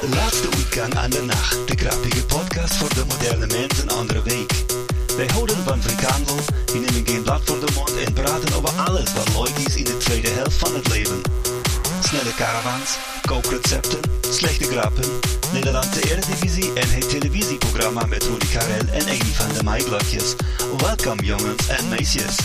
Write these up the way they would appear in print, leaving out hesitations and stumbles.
Laatste uitgang aan de nacht. De grappige podcast voor de moderne mens een andere week. Wij houden van frikandel, die nemen geen blad voor de mond en praten over alles wat leuk is in de tweede helft van het leven. Snelle caravans, kookrecepten, slechte grappen, Nederlandse Eredivisie en het televisieprogramma met Rudi Carrel en Amy van de Maaiblokjes. Welkom jongens en meisjes.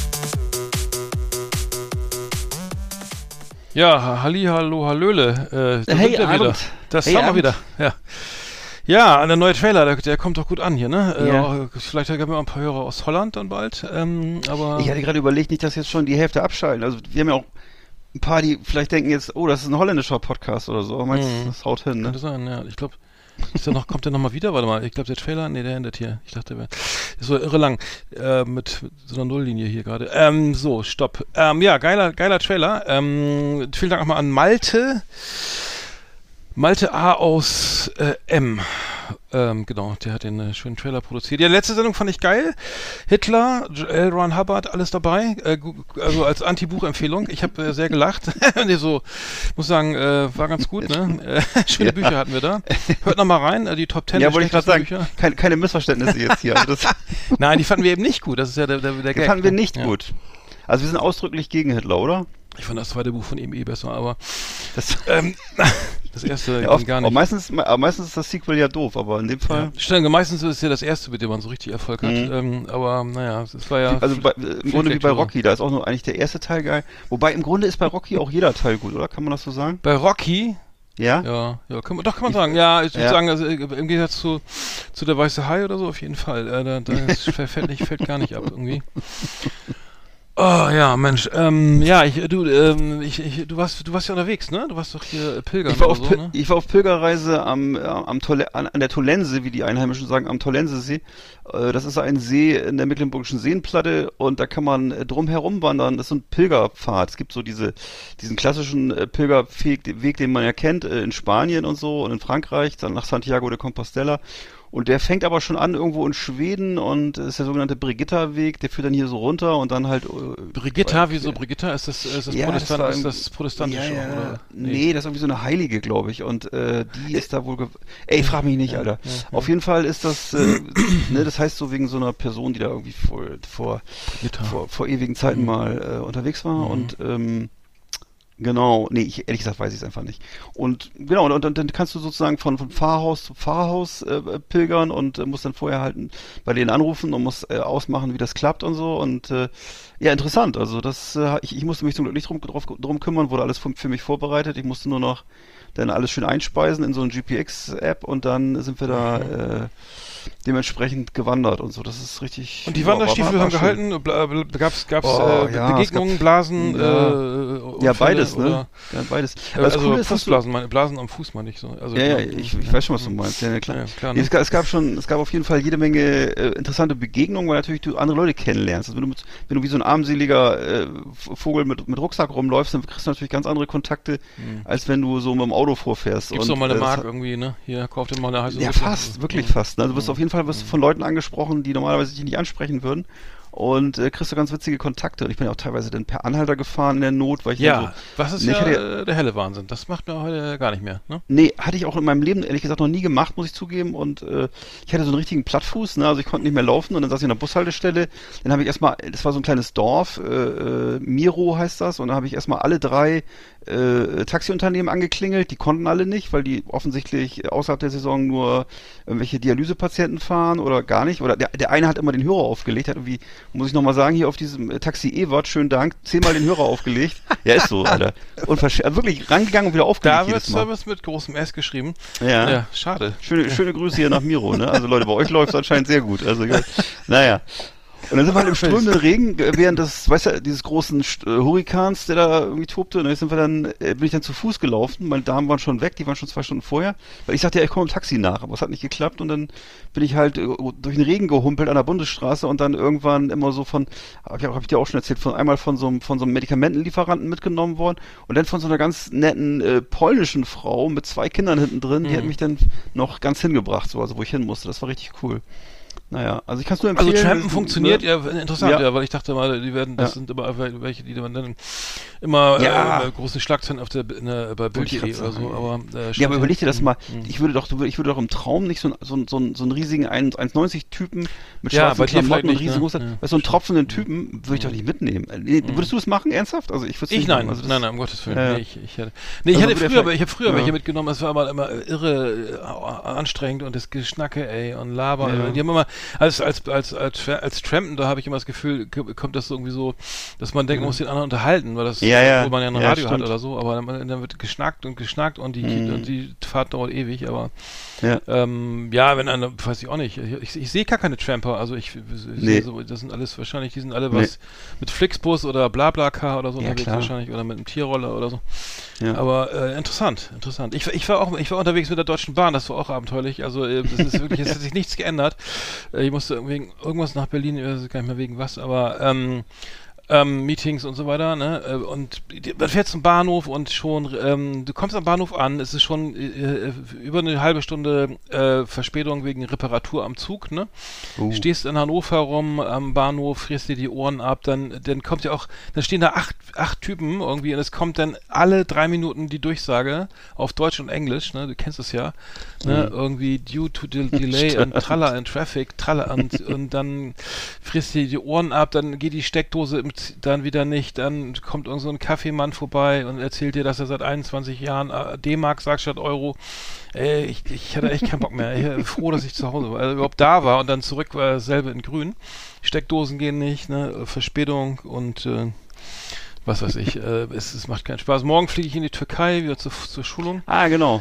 Ja, hallo, hallöle. Hey, wieder. Das hey, haben wir Abend. wieder. Ja. Ja, der neue Trailer, der kommt doch gut an hier, ne? Ja. Vielleicht haben wir auch ein paar Hörer aus Holland dann bald, aber... Ich hatte gerade überlegt, nicht, dass jetzt schon die Hälfte abschalten. Also wir haben ja auch ein paar, die vielleicht denken jetzt, oh, das ist ein holländischer Podcast oder so. Aber meinst du, das haut hin, ne? Könnte sein, ja. Ich glaube, kommt der nochmal wieder? Warte mal, ich glaube, der Trailer, der endet hier. Ich dachte, der ist so irre lang, mit so einer Nulllinie hier gerade. So, stopp. Ja, geiler Trailer. Vielen Dank nochmal an Malte A. aus M. Genau, der hat den schönen Trailer produziert. Ja, letzte Sendung fand ich geil. Hitler, L. Ron Hubbard, alles dabei. Also als Anti-Buch-Empfehlung. Ich habe sehr gelacht. Nee, so, muss sagen, war ganz gut, ne? Schöne Bücher hatten wir da. Hört noch mal rein, die Top 10 Ja, wollte ich gerade sagen, Bücher. keine Missverständnisse jetzt hier. Also das Nein, die fanden wir eben nicht gut. Das ist ja der die Gag. fanden wir nicht Ja. gut. Also wir sind ausdrücklich gegen Hitler, oder? Ich fand das zweite Buch von ihm besser, aber Das, das erste ja, gar nicht. meistens ist das Sequel ja doof, aber in dem Fall... Ja. Meistens ist es ja das erste, mit dem man so richtig Erfolg hat. Aber naja, es war ja... Also im Grunde wie bei Lektüre. Rocky, da ist auch nur eigentlich der erste Teil geil. Wobei im Grunde ist bei Rocky auch jeder Teil gut, oder? Kann man das so sagen? Bei Rocky... Ja? Ja, kann man sagen. Ja, ich würde Ja. sagen, also im Gegensatz zu der Weiße Hai oder so auf jeden Fall. Fällt gar nicht ab irgendwie. Oh ja, Mensch. Ja, du warst ja unterwegs, ne? Du warst doch hier pilgern Ich war, oder so, ne? ich war auf Pilgerreise an der Tollense, wie die Einheimischen sagen, am Tollensesee. Das ist ein See in der Mecklenburgischen Seenplatte und da kann man drum herum wandern. Das ist so ein Pilgerpfad. Es gibt so diesen klassischen Pilgerweg, den man ja kennt in Spanien und so und in Frankreich, dann nach Santiago de Compostela. Und der fängt aber schon an irgendwo in Schweden und ist der sogenannte Brigitta-Weg, der führt dann hier so runter und dann halt... Brigitta, wieso Brigitta? Ist das Ja, ist das protestantisch ja, auch, oder? Nee, das ist irgendwie so eine Heilige, glaube ich. Und die ist da wohl... Ey, frag mich nicht, Alter. Ja. Auf jeden Fall ist das... ne, das heißt so wegen so einer Person, die da irgendwie vor ewigen Zeiten mal unterwegs war. Und genau, nee, ehrlich gesagt weiß ich es einfach nicht. Und genau, und dann kannst du sozusagen von Pfarrhaus zu Pfarrhaus pilgern und musst dann vorher halt bei denen anrufen und musst ausmachen, wie das klappt und so. Und ja, interessant. Also das, ich musste mich zum Glück nicht drum kümmern, wurde alles für mich vorbereitet. Ich musste nur noch dann alles schön einspeisen in so eine GPX-App und dann sind wir da dementsprechend gewandert und so. Das ist richtig. Und die Wanderstiefel haben gehalten? Gab's Begegnungen, Blasen? Ja, beides, Unfälle, ne? Ja, beides. Also Coole ist, Fußblasen, Blasen am Fuß meine ich so. Also, ja, ich weiß schon, was du meinst. Ja, klar. Ja, klar, Nee, ne? es gab auf jeden Fall jede Menge interessante Begegnungen, weil natürlich du andere Leute kennenlernst. Also wenn du wie so ein armseliger Vogel mit Rucksack rumläufst, dann kriegst du natürlich ganz andere Kontakte, als wenn du so mit dem Auto vorfährst. Gibt's doch mal eine Mark irgendwie, ne? Hier, kauf dir mal eine heiße Ja, Suppe. fast, wirklich fast. Ne? Also auf jeden Fall wirst du von Leuten angesprochen, die normalerweise dich nicht ansprechen würden. Und kriegst du ganz witzige Kontakte. Und ich bin ja auch teilweise dann per Anhalter gefahren in der Not, weil ich dann Ja, was ist der helle Wahnsinn. Das macht man heute gar nicht mehr, ne? Nee, hatte ich auch in meinem Leben ehrlich gesagt noch nie gemacht, muss ich zugeben. Und ich hatte so einen richtigen Plattfuß, ne? Also ich konnte nicht mehr laufen und dann saß ich in der Bushaltestelle. Dann habe ich erstmal, das war so ein kleines Dorf, Miro heißt das, und dann habe ich erstmal alle 3 Taxiunternehmen angeklingelt. Die konnten alle nicht, weil die offensichtlich außerhalb der Saison nur irgendwelche Dialysepatienten fahren oder gar nicht. Oder der eine hat immer den Hörer aufgelegt, hat irgendwie, muss ich nochmal sagen, hier auf diesem Taxi Ewart, schönen Dank, 10-mal den Hörer aufgelegt. Ja, ist so, Alter. Unverschämt. Also wirklich rangegangen und wieder aufgelegt. Da wird jedes Mal. Service mit großem S geschrieben. Ja. Ja, schade. Schöne Grüße hier nach Miro, ne? Also Leute, bei euch läuft es anscheinend sehr gut. Also, naja. Und dann sind wir halt im strömenden Regen, während dieses großen Hurrikans, der da irgendwie tobte, und dann bin ich dann zu Fuß gelaufen. Meine Damen waren schon weg, die waren schon 2 Stunden vorher, weil ich sagte, ja, ich komme im Taxi nach, aber es hat nicht geklappt und dann bin ich halt durch den Regen gehumpelt an der Bundesstraße und dann irgendwann immer so hab ich dir auch schon erzählt, einmal von so einem Medikamentenlieferanten mitgenommen worden und dann von so einer ganz netten polnischen Frau mit 2 Kindern hinten drin, die hat mich dann noch ganz hingebracht, so, also wo ich hin musste. Das war richtig cool. Naja, also ich kann es nur empfehlen. Also Trampen funktioniert, ja, interessant, Ja. weil ich dachte mal, das sind immer welche, die man dann immer große Schlagzeilen bei Bild.de oder so, aber aber überleg dir das mal, ich würde doch im Traum nicht so einen riesigen 1,90 Typen mit schwarzen Klamotten und riesigen so einen tropfenden Typen würde ich doch nicht mitnehmen. Würdest du das machen, ernsthaft? Also ich würde es nicht nein, machen. nein, um Gottes Willen. Ich hatte früher welche mitgenommen, es war aber immer irre anstrengend und das Geschnacke, ey, und Laber. Ja. Die haben immer, als Trampen, da habe ich immer das Gefühl, kommt das so irgendwie so, dass man denkt, man muss den anderen unterhalten, weil das, wo man ja ein Radio hat oder so, aber dann wird geschnackt und die Fahrt dauert ewig, aber wenn weiß ich auch nicht, ich sehe gar keine Tramper, also sehe so, das sind alles wahrscheinlich, die sind alle was mit Flixbus oder BlaBlaCar oder so unterwegs wahrscheinlich oder mit einem Tierroller oder so. Ja. Aber interessant. Ich war unterwegs mit der Deutschen Bahn, das war auch abenteuerlich. Also das ist wirklich, es hat sich nichts geändert. Ich musste wegen irgendwas nach Berlin, ich weiß gar nicht mehr wegen was, aber Meetings und so weiter, ne? Und man fährt zum Bahnhof und schon, du kommst am Bahnhof an, es ist schon über eine halbe Stunde Verspätung wegen Reparatur am Zug, ne? Stehst in Hannover rum am Bahnhof, frierst dir die Ohren ab, dann kommt ja auch, dann stehen da acht Typen irgendwie und es kommt dann alle 3 Minuten die Durchsage auf Deutsch und Englisch, ne? Du kennst es ja, ne? Irgendwie due to delay and tralla in traffic, tralla und dann frierst dir die Ohren ab, dann geht die Steckdose dann wieder nicht, dann kommt irgend so ein Kaffeemann vorbei und erzählt dir, dass er seit 21 Jahren D-Mark sagt statt Euro. Ey, ich hatte echt keinen Bock mehr. Ich war froh, dass ich zu Hause war, überhaupt da war und dann zurück war dasselbe in grün. Steckdosen gehen nicht, ne? Verspätung und was weiß ich, es macht keinen Spaß. Morgen fliege ich in die Türkei wieder zur Schulung. Genau.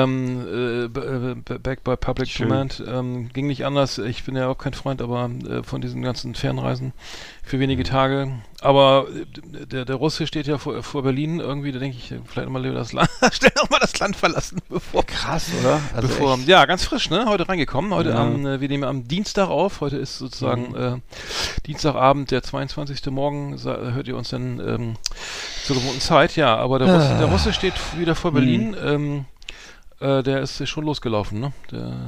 Back by Public Command. Ging nicht anders. Ich bin ja auch kein Freund, aber von diesen ganzen Fernreisen für wenige Tage. Aber der Russe steht ja vor Berlin irgendwie, da denke ich, vielleicht mal lieber das Land, schnell nochmal das Land verlassen, bevor. Krass, oder? Also ja, ganz frisch, ne? Heute reingekommen. Heute wir nehmen am Dienstag auf. Heute ist sozusagen Dienstagabend, der 22. Morgen, hört ihr uns dann zur gewohnten Zeit, ja. Aber der Russe steht wieder vor Berlin. Der ist schon losgelaufen, ne?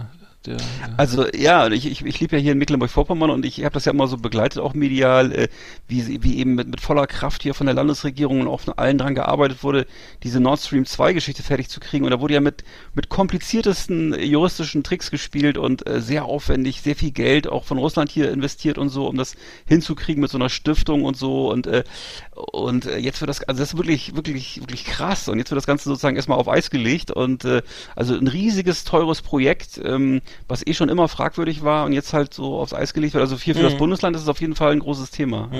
Also ja, ich lebe ja hier in Mecklenburg-Vorpommern und ich habe das ja immer so begleitet, auch medial, wie eben mit voller Kraft hier von der Landesregierung und auch von allen dran gearbeitet wurde, diese Nord Stream 2 Geschichte fertig zu kriegen. Und da wurde ja mit kompliziertesten juristischen Tricks gespielt und sehr aufwendig, sehr viel Geld auch von Russland hier investiert und so, um das hinzukriegen mit so einer Stiftung und so. Und jetzt wird das, also das ist wirklich, wirklich, wirklich krass. Und jetzt wird das Ganze sozusagen erstmal auf Eis gelegt und also ein riesiges, teures Projekt, was schon immer fragwürdig war und jetzt halt so aufs Eis gelegt wird. Also für das Bundesland ist es auf jeden Fall ein großes Thema.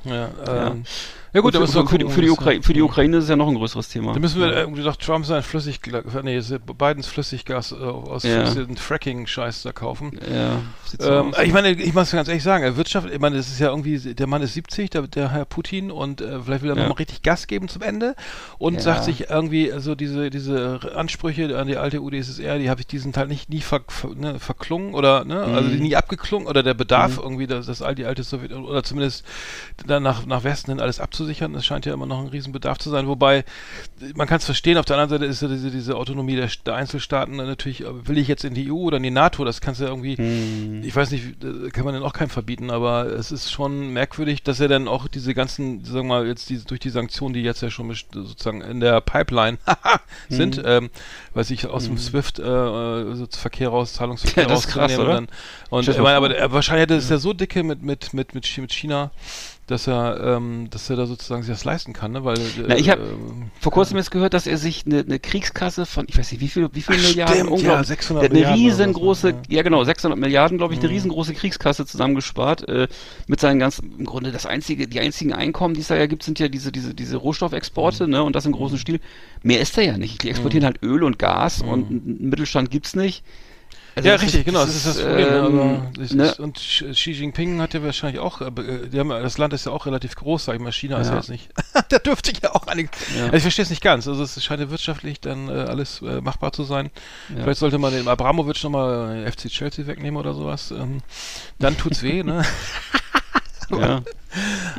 Ja gut, aber für die Ukraine ist es ja noch ein größeres Thema. Da müssen wir irgendwie doch Trump sein Bidens Flüssiggas aus Fracking-Scheiß da kaufen. Ja. Ich meine, ich muss ganz ehrlich sagen, Wirtschaft, ich meine, das ist ja irgendwie, der Mann ist 70, der Herr Putin, und vielleicht will er nochmal richtig Gas geben zum Ende und sagt sich irgendwie, also diese Ansprüche an die alte UdSSR, die habe ich diesen Teil nie verklungen oder, ne, also die nie abgeklungen, oder der Bedarf irgendwie, dass all die alte Sowjet, oder zumindest dann nach Westen hin alles abzusichern. Es scheint ja immer noch ein Riesenbedarf zu sein, wobei man kann es verstehen, auf der anderen Seite ist ja diese Autonomie der Einzelstaaten natürlich, will ich jetzt in die EU oder in die NATO, das kannst du ja irgendwie, ich weiß nicht, kann man dann auch keinem verbieten, aber es ist schon merkwürdig, dass er dann auch diese ganzen, sagen wir mal, jetzt durch die Sanktionen, die jetzt ja schon sozusagen in der Pipeline sind, weiß ich, aus dem SWIFT Verkehr raus, Zahlungsverkehr rauszunehmen. Und ich meine, aber wahrscheinlich hätte es ja so dicke mit China, dass er da sozusagen sich das leisten kann, ne? Weil ich habe vor kurzem jetzt gehört, dass er sich eine Kriegskasse von, ich weiß nicht, wie viel Milliarden, stimmt, ja, 600 eine Milliarden riesengroße, ja genau, 600 Milliarden, glaube ich, eine riesengroße Kriegskasse zusammengespart, mit seinen ganzen, im Grunde die einzigen Einkommen, die es da ja gibt, sind ja diese Rohstoffexporte, ne, und das im großen Stil. Mehr ist da ja nicht. Die exportieren halt Öl und Gas und einen Mittelstand gibt's nicht. Also ja, richtig, genau, das ist das Problem. Und Xi Jinping hat ja wahrscheinlich auch, das Land ist ja auch relativ groß, sag ich mal, China ist ja jetzt nicht, da dürfte ich ja auch einige, also ich verstehe es nicht ganz, also es scheint ja wirtschaftlich dann alles machbar zu sein. Vielleicht sollte man den Abramovic nochmal den FC Chelsea wegnehmen oder sowas, dann tut's weh, ne?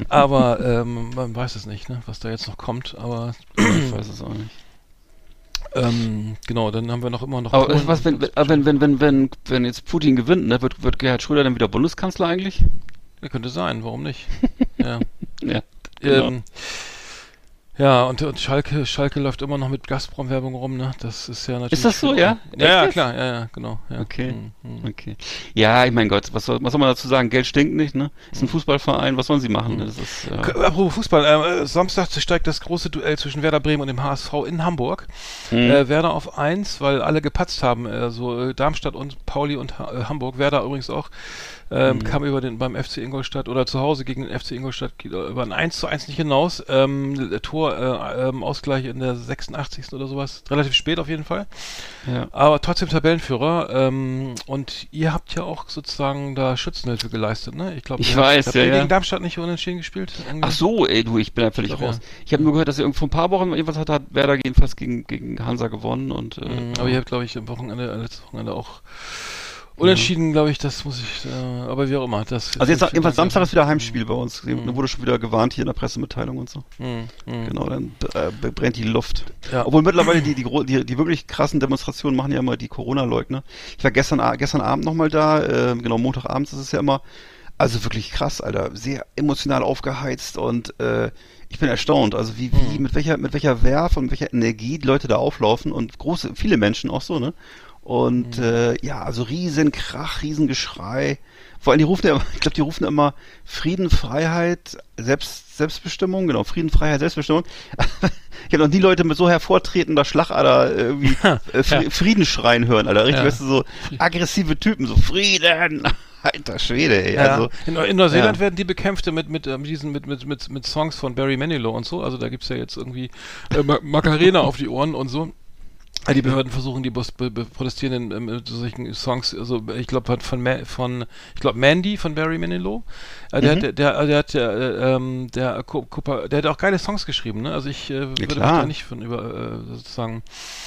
Aber man weiß es nicht, ne, was da jetzt noch kommt, aber ich weiß es auch nicht. Genau, dann haben wir immer noch Aber Polen. was, wenn jetzt Putin gewinnt, ne, wird Gerhard Schröder dann wieder Bundeskanzler eigentlich? Ja, könnte sein, warum nicht? Ja. Ja, genau. Ja, und Schalke läuft immer noch mit Gazprom-Werbung rum, ne? Das ist ja natürlich... Ist das so, ja? Ja, klar, ja, genau. Ja. Okay. Okay. Ja, ich mein Gott, was soll man dazu sagen? Geld stinkt nicht, ne? Ist ein Fußballverein, was sollen sie machen? Ne? Das ist, Apropos Fußball, Samstag steigt das große Duell zwischen Werder Bremen und dem HSV in Hamburg. Werder auf 1, weil alle gepatzt haben, Darmstadt und Pauli und Hamburg, Werder übrigens auch. Kam beim FC Ingolstadt oder zu Hause gegen den FC Ingolstadt über ein 1:1 nicht hinaus. Ausgleich in der 86. oder sowas. Relativ spät auf jeden Fall. Ja. Aber trotzdem Tabellenführer. Und ihr habt ja auch sozusagen da Schützenhilfe geleistet, ne? Ich glaube, ich weiß, habt ihr gegen Darmstadt nicht unentschieden gespielt? Irgendwie? Ach so, ey, du, ich bin da völlig raus. Ja. Ich habe nur gehört, dass ihr irgendwo vor ein paar Wochen irgendwas hat Werder jedenfalls gegen Hansa gewonnen und aber ihr habt, glaube ich, letztes Wochenende auch unentschieden, glaube ich, das muss ich, aber wie auch immer. Also jetzt jedenfalls Samstag ist wieder Heimspiel bei uns. Da wurde schon wieder gewarnt hier in der Pressemitteilung und so. Genau, dann brennt die Luft. Ja. Obwohl mittlerweile die wirklich krassen Demonstrationen machen ja immer die Corona-Leugner. Ich war gestern Abend nochmal da, genau, Montagabends ist es ja immer. Also wirklich krass, Alter. Sehr emotional aufgeheizt und ich bin erstaunt, also mit welcher Werf und mit welcher Energie die Leute da auflaufen und viele Menschen auch so, ne? Und also riesen Krach, riesen Geschrei. Vor allem die rufen immer Frieden, Freiheit, Selbstbestimmung, genau, Frieden, Freiheit, Selbstbestimmung. Ich habe noch nie Leute mit so hervortretender Schlagader irgendwie Frieden schreien hören, Alter. Richtig, weißt du, so aggressive Typen, so Frieden. Alter Schwede, ey. Ja. Also, in Neuseeland werden die bekämpft mit Songs von Barry Manilow und so. Also da gibt's ja jetzt irgendwie Macarena auf die Ohren und so. Die Behörden versuchen die Protestierenden mit solchen Songs, also ich glaube von Mandy von Barry Manilow, der hat auch geile Songs geschrieben, ne? Also ich würde mich da nicht von sozusagen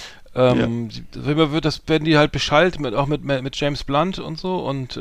das werden die halt beschallt auch mit James Blunt und so und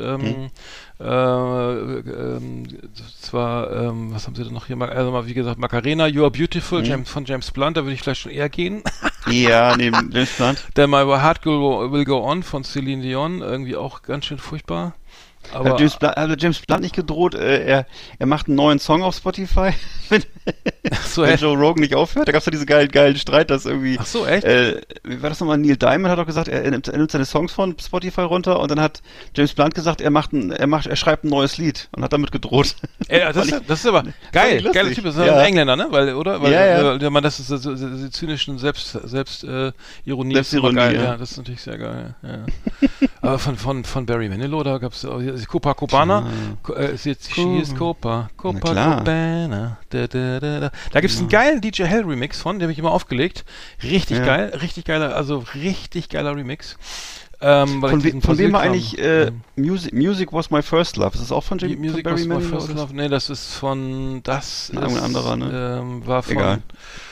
was haben sie denn noch hier mal, also wie gesagt, Macarena, You Are Beautiful, von James Blunt, da würde ich vielleicht schon eher gehen. Ja, neben James Blunt. Then My Heart Will Go On von Celine Dion, irgendwie auch ganz schön furchtbar. Aber hat James Blunt nicht gedroht, er macht einen neuen Song auf Spotify, wenn Joe Rogan nicht aufhört? Da gab es ja diesen geilen Streit, dass irgendwie... Ach so, echt? Wie war das nochmal? Neil Diamond hat auch gesagt, er nimmt seine Songs von Spotify runter und dann hat James Blunt gesagt, er schreibt ein neues Lied und hat damit gedroht. Das ist aber geil, geiler Typ, das ist ein Engländer, ne? Weil man das ist so die zynischen Selbstironie ist immer geil, ja, das ist natürlich sehr geil, ja. Aber von Barry Manilow, da gab es Copacabana, she is Copacabana, da gibt es einen geilen DJ Hell Remix von, den habe ich immer aufgelegt, richtig geil, richtig geiler Remix. Von wem war eigentlich Music Was My First Love? Ist das auch von Music Barry Was My Manilow? First Love? Nee, das ist von, ein anderer, ne? War von, egal.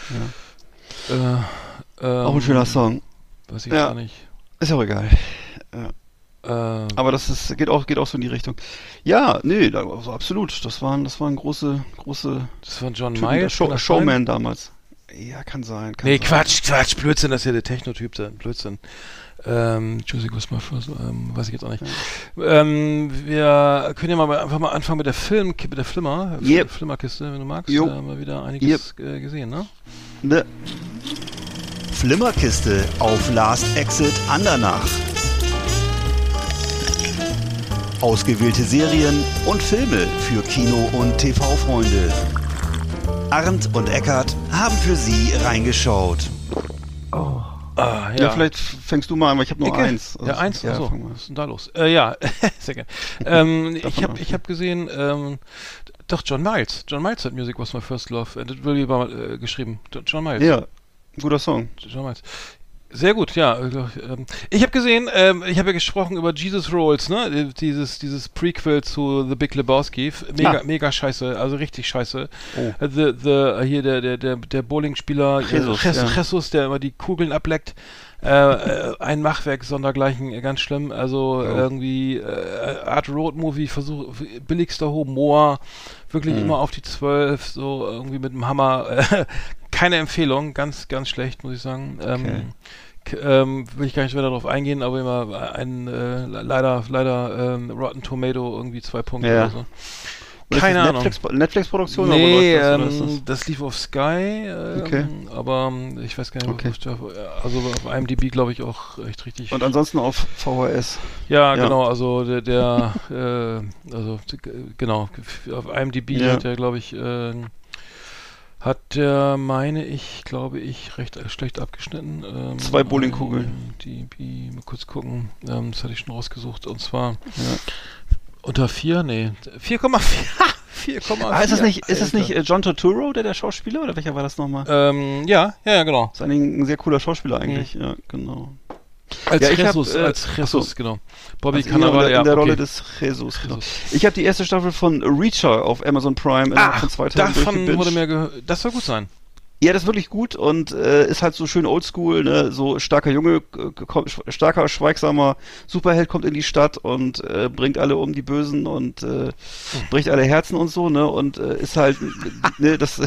Auch ein schöner Song. Weiß ich gar nicht. Ist auch egal. Ja. Aber das geht auch so in die Richtung. Ja, nee, also absolut. Das waren große. Das war John Typen, Miles. Showman damals. Ja, kann sein. Quatsch, Blödsinn, das ist ja der Techno-Typ da. Blödsinn. Music Was My First, weiß ich jetzt auch nicht. Ja. Wir können ja einfach mal anfangen mit der Flimmerkiste, wenn du magst. Da haben wir wieder einiges gesehen, ne? Flimmerkiste auf Last Exit Andernach. Ausgewählte Serien und Filme für Kino- und TV-Freunde. Arndt und Eckart haben für Sie reingeschaut. Oh. Ja, vielleicht fängst du mal an, weil ich habe nur eins. Also eins? Achso, was ist denn da los? Ja, sehr gerne. Ich hab gesehen, doch, John Miles. John Miles hat Music Was My First Love. Das will ich mal geschrieben. John Miles. Ja, guter Song. John Miles. Sehr gut, ja. Ich habe gesehen, ich habe ja gesprochen über Jesus Rolls, ne? Dieses Prequel zu The Big Lebowski. Mega scheiße, also richtig scheiße. Oh. Hier der Bowling-Spieler Jesus, der immer die Kugeln ableckt. Ein Machwerk sondergleichen, ganz schlimm. Also irgendwie Art Road Movie, billigster Humor, wirklich immer auf die 12, so irgendwie mit dem Hammer. Keine Empfehlung, ganz, ganz schlecht, muss ich sagen. will ich gar nicht weiter darauf eingehen, aber immer leider Rotten Tomato irgendwie 2 Punkte oder so. Keine Ahnung. Netflix-Produktion? Nee, das lief auf Sky, aber ich weiß gar nicht, also auf IMDb glaube ich auch echt richtig. Und ansonsten auf VHS? Ja, genau, also genau, auf IMDb hat der, glaube ich, meine ich, glaube ich, recht schlecht abgeschnitten. 2 Bowlingkugeln. Mal kurz gucken, das hatte ich schon rausgesucht, und zwar unter 4, nee, 4,4. 4,4. Ist es nicht John Turturro, der Schauspieler, oder welcher war das nochmal? Ja, genau. Ist eigentlich ein sehr cooler Schauspieler eigentlich, ja, genau. Als Jesus, genau. Bobby Cannavale, in der Rolle des Jesus, genau. Ich habe die erste Staffel von Reacher auf Amazon Prime von 2 Tagen davon wurde mir gehört, das soll gut sein. Ja, das ist wirklich gut und ist halt so schön oldschool, ne? So starker Junge, starker, schweigsamer Superheld kommt in die Stadt und bringt alle um, die Bösen, und bricht alle Herzen und so, ne? Und ist halt, ne, das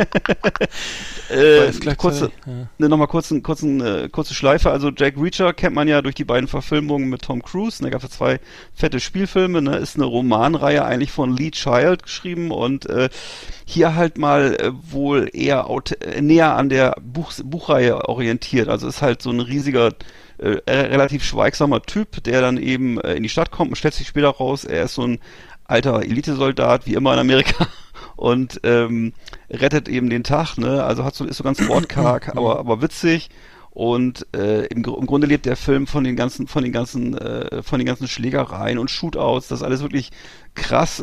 kurze Schleife. Also Jack Reacher kennt man ja durch die beiden Verfilmungen mit Tom Cruise, ne? Gab es ja 2 fette Spielfilme, ne? Ist eine Romanreihe eigentlich von Lee Child geschrieben und hier halt mal wohl eher näher an der Buchreihe orientiert. Also ist halt so ein riesiger, relativ schweigsamer Typ, der dann eben in die Stadt kommt und stellt sich später raus, er ist so ein alter Elitesoldat, wie immer in Amerika, und rettet eben den Tag, ne? Also ist so ganz wortkarg, aber witzig. Und im Grunde lebt der Film von den ganzen Schlägereien und Shootouts. Das ist alles wirklich krass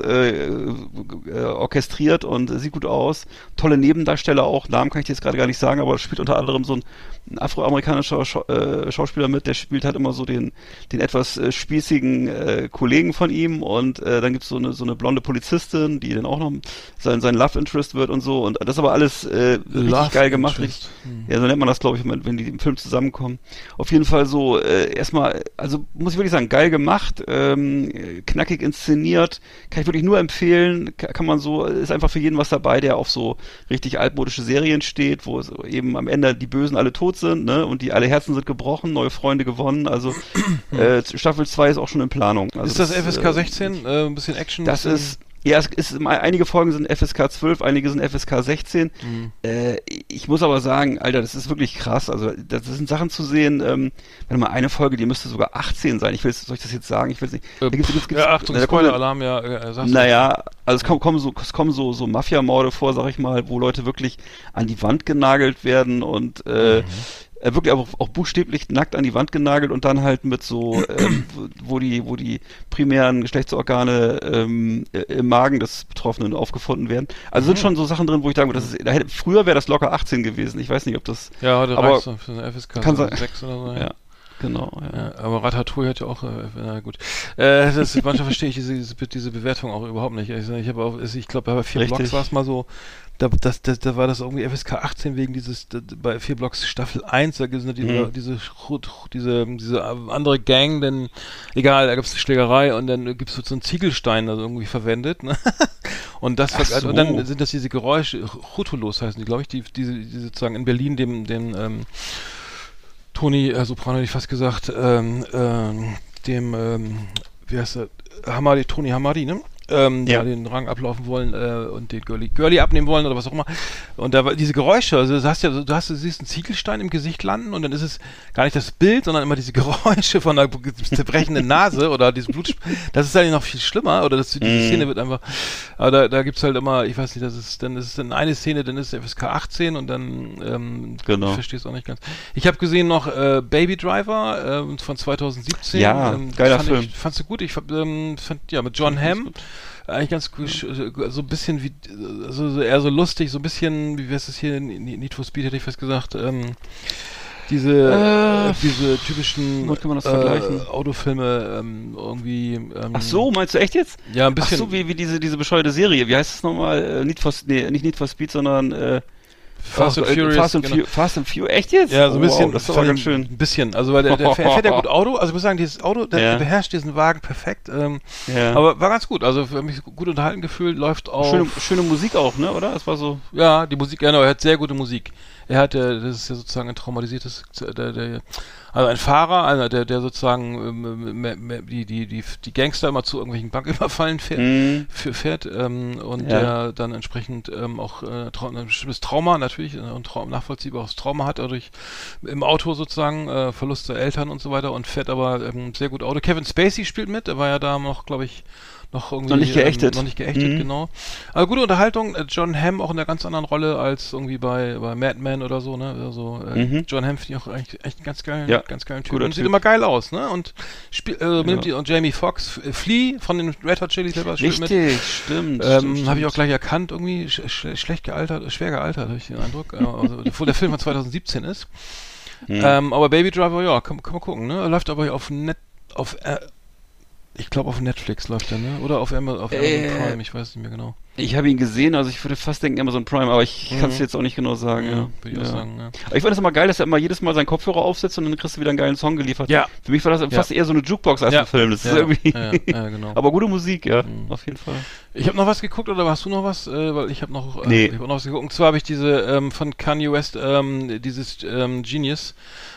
orchestriert und sieht gut aus. Tolle Nebendarsteller auch. Namen kann ich dir jetzt gerade gar nicht sagen, aber spielt unter anderem so ein afroamerikanischer Schauspieler mit. Der spielt halt immer so den etwas spießigen Kollegen von ihm. Und dann gibt's so eine blonde Polizistin, die dann auch noch sein Love Interest wird und so. Und das ist aber alles richtig geil gemacht. Ja, so nennt man das, glaube ich, wenn die im Film zusammenkommen. Auf jeden Fall so erstmal, also muss ich wirklich sagen, geil gemacht, knackig inszeniert, kann ich wirklich nur empfehlen, kann man so, ist einfach für jeden was dabei, der auf so richtig altmodische Serien steht, wo so eben am Ende die Bösen alle tot sind, ne, und die alle Herzen sind gebrochen, neue Freunde gewonnen, also Staffel 2 ist auch schon in Planung. Also ist das FSK 16? Ein bisschen Action? Das ist einige Folgen sind FSK 12, einige sind FSK 16. Ich muss aber sagen, Alter, das ist wirklich krass. Also, das sind Sachen zu sehen, wenn mal eine Folge, die müsste sogar 18 sein. Soll ich das jetzt sagen? Ich will es nicht. Achtung, Spoiler-Alarm, naja, also es kommen so Mafia-Morde vor, sag ich mal, wo Leute wirklich an die Wand genagelt werden und wirklich auch buchstäblich nackt an die Wand genagelt und dann halt mit so, wo die primären Geschlechtsorgane im Magen des Betroffenen aufgefunden werden. Also sind schon so Sachen drin, wo ich sagen würde, früher wäre das locker 18 gewesen. Ich weiß nicht, ob das... Ja, heute reicht es für eine FSK 6 oder so. Ja. Genau, ja. Aber Ratatouille hat ja auch, na gut. Manchmal verstehe ich diese Bewertung auch überhaupt nicht. Ich glaube, bei 4 Blocks war es mal so, da war das irgendwie FSK 18 wegen bei 4 Blocks Staffel 1, da gibt es diese andere Gang, denn egal, da gibt es eine Schlägerei und dann gibt es so einen Ziegelstein, also irgendwie verwendet, ne? Und und dann sind das diese Geräusche, Chutulos heißen die, glaube ich, die sozusagen in Berlin dem Tony Soprano, hätte ich fast gesagt, wie heißt er, Tony Hamadi, ne? Den Rang ablaufen wollen und den Girlie abnehmen wollen oder was auch immer. Und da war diese Geräusche, also du siehst einen Ziegelstein im Gesicht landen und dann ist es gar nicht das Bild, sondern immer diese Geräusche von einer zerbrechenden Nase oder diesem Blut. Das ist eigentlich noch viel schlimmer, oder diese Szene wird einfach, aber da gibt's halt immer, ich weiß nicht, ist es dann eine Szene, dann ist es FSK 18 und dann genau. Ich verstehe es auch nicht ganz. Ich habe gesehen noch Baby Driver von 2017. Ja, geiler Film. Fandst du gut? Ich fand mit John Hamm. Eigentlich ganz cool, so ein bisschen wie, also eher so lustig, so ein bisschen, wie wär's das hier, Need for Speed hätte ich fast gesagt, diese typischen Autofilme irgendwie. Ach so, meinst du echt jetzt? Ja, ein bisschen. Ach so, wie diese bescheuerte Serie, wie heißt es nochmal? Nicht Need for Speed, sondern Fast and Furious. Fast and Furious, echt jetzt? Ja, so ein bisschen. Das war ganz schön. Ein bisschen, also weil der fährt ja gut Auto, also ich muss sagen, dieses Auto, der beherrscht diesen Wagen perfekt, aber war ganz gut, also für mich gut unterhalten gefühlt, läuft auch. Schöne Musik auch, ne, oder? Es war so. Ja, die Musik, genau, er hat sehr gute Musik. das ist ja sozusagen ein traumatisiertes, also ein Fahrer, einer, der sozusagen die Gangster immer zu irgendwelchen Banküberfallen fährt und der dann entsprechend auch ein bestimmtes Trauma natürlich und nachvollziehbares Trauma hat, dadurch im Auto sozusagen Verlust der Eltern und so weiter und fährt aber sehr gut Auto. Kevin Spacey spielt mit, der war ja da noch, glaube ich, noch nicht geächtet, genau. Also gute Unterhaltung. John Hamm auch in einer ganz anderen Rolle als irgendwie bei Mad Men oder so, ne? Also John Hamm finde ich auch echt einen ganz geilen Typ. Und sieht immer geil aus, ne? Und und Jamie Foxx, Flea von den Red Hot Chili Peppers spielt mit. Richtig, stimmt. Habe ich auch gleich erkannt, irgendwie schwer gealtert, habe ich den Eindruck. Also, obwohl der Film von 2017 ist. Aber Baby Driver, ja, kann man gucken, ne? Läuft aber ich glaube auf Netflix läuft er, ne? Oder auf Amazon Prime, ich weiß nicht mehr genau. Ich habe ihn gesehen, also ich würde fast denken Amazon Prime, aber ich kann es jetzt auch nicht genau sagen. Ja, würde ich auch sagen, ja. Aber ich fand es immer geil, dass er immer jedes Mal seinen Kopfhörer aufsetzt und dann kriegst du wieder einen geilen Song geliefert. Ja. Für mich war das fast eher so eine Jukebox als ein Film. Das ist irgendwie genau. Aber gute Musik, auf jeden Fall. Ich habe noch was geguckt, oder hast du noch was? Weil ich habe noch, nee. Ich hab noch was geguckt. Und zwar habe ich diese von Kanye West, dieses Genius,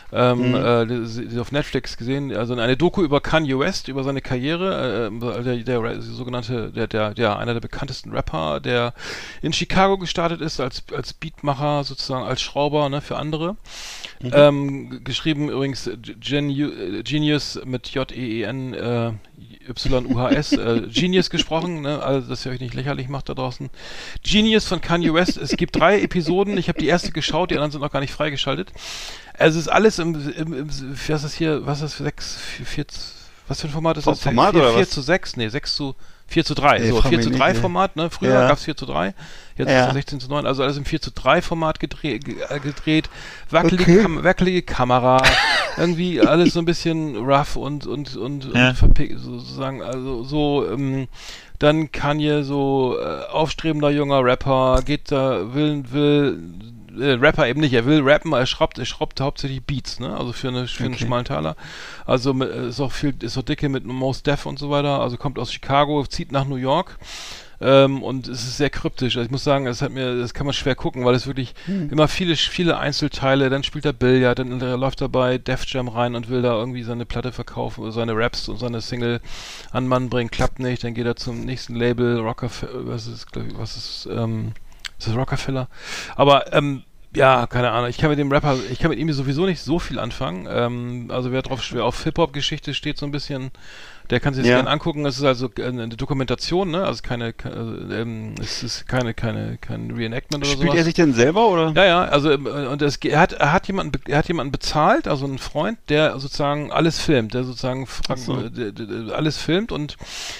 auf Netflix gesehen, also eine Doku über Kanye West, über seine Karriere, der sogenannte, einer der bekanntesten Rapper, der in Chicago gestartet ist, als Beatmacher, sozusagen als Schrauber, ne, für andere. Geschrieben übrigens Genius mit J-E-N-Y-U-H-S, Genius gesprochen, ne, also dass ihr euch nicht lächerlich macht da draußen. Genius von Kanye West, es gibt 3 Episoden, ich habe die erste geschaut, die anderen sind noch gar nicht freigeschaltet. Also es ist alles was ist hier, was ist 4 was für ein Format ist das? Format 4 zu 6, nee, 4 zu 3, so 4 zu 3 Format, ne? Früher gab es 4 zu 3, jetzt ist es 16 zu 9, also alles im 4 zu 3 Format gedreht, wackelige Kamera, irgendwie alles so ein bisschen rough und verpickt, sozusagen, also so, dann Kanye, so aufstrebender junger Rapper, geht da, Rapper eben nicht, er will rappen, er schraubt hauptsächlich Beats, ne, also für einen schmalen Taler, also ist auch dicke mit Mos Def und so weiter, also kommt aus Chicago, zieht nach New York, und es ist sehr kryptisch, also ich muss sagen, das kann man schwer gucken, weil es wirklich immer viele Einzelteile, dann spielt er Billard, dann läuft er bei Def Jam rein und will da irgendwie seine Platte verkaufen oder seine Raps und seine Single an Mann bringen, klappt nicht, dann geht er zum nächsten Label, Rockefeller, ist das Rockefeller? Aber, ja, keine Ahnung. Ich kann mit ihm sowieso nicht so viel anfangen. Also wer drauf schwer auf Hip-Hop-Geschichte steht so ein bisschen, der kann sich das gerne angucken. Es ist also eine Dokumentation, ne? Also es ist kein Reenactment oder so. Spielt er sich denn selber, oder? Ja, also und er hat jemanden bezahlt, also einen Freund, der sozusagen alles filmt, der sozusagen alles filmt und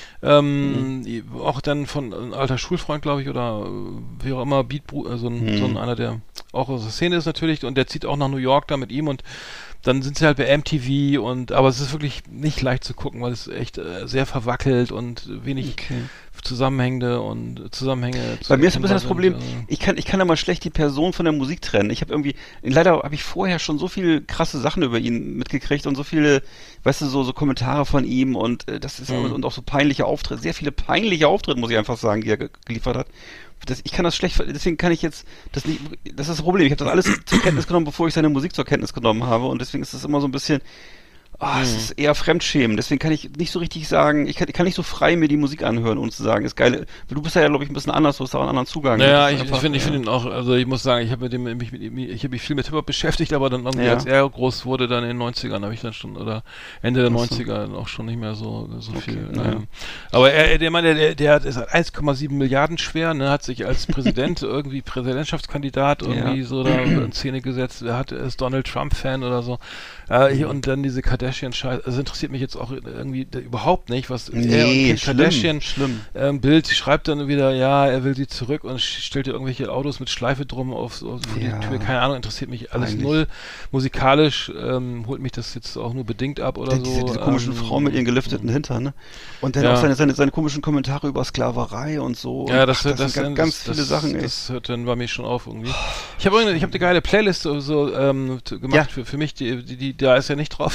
auch dann von ein alter Schulfreund, glaube ich, oder wie auch immer, einer, der auch aus der Szene ist natürlich, und der zieht auch nach New York da mit ihm, und dann sind sie halt bei MTV, aber es ist wirklich nicht leicht zu gucken, weil es echt sehr verwackelt und wenig Zusammenhänge. Bei mir ist ein bisschen das Problem, ich kann da mal schlecht die Person von der Musik trennen. Leider habe ich vorher schon so viele krasse Sachen über ihn mitgekriegt und so viele, weißt du, so Kommentare von ihm und das ist und auch so peinliche Auftritte, sehr viele peinliche Auftritte, muss ich einfach sagen, die er geliefert hat. Ich kann das schlecht, deswegen kann ich jetzt das nicht, das ist das Problem. Ich habe das alles zur Kenntnis genommen, bevor ich seine Musik zur Kenntnis genommen habe, und deswegen ist das immer so ein bisschen, es ist eher Fremdschämen. Deswegen kann ich nicht so richtig sagen, ich kann nicht so frei mir die Musik anhören, ohne zu sagen, ist geil. Du bist ja, glaube ich, ein bisschen anders, du hast auch einen anderen Zugang. Ja, ich finde ihn auch, also ich muss sagen, ich habe mich viel mit Hip-Hop beschäftigt, aber dann irgendwie, als er groß wurde, dann in den 90ern, habe ich dann schon, oder Ende der 90er auch schon nicht mehr so viel. Aber der hat 1,7 Milliarden schwer, ne, hat sich als Präsident irgendwie Präsidentschaftskandidat irgendwie so da in Szene gesetzt, ist Donald Trump-Fan oder so. Und dann diese Kardashian-Scheiße, das interessiert mich jetzt auch irgendwie überhaupt nicht, was er und Kim Kardashian Bild schreibt dann wieder, er will sie zurück und stellt ihr irgendwelche Autos mit Schleife drum vor die Tür, keine Ahnung, interessiert mich alles null. Musikalisch holt mich das jetzt auch nur bedingt ab oder so. Diese komischen Frauen mit ihren gelifteten Hintern, ne? Und dann auch seine komischen Kommentare über Sklaverei und so. Ja, das sind ganz viele Sachen, ey. Das hört dann bei mir schon auf irgendwie. Ich habe eine geile Playlist so gemacht für mich, die da ist ja nicht drauf, also das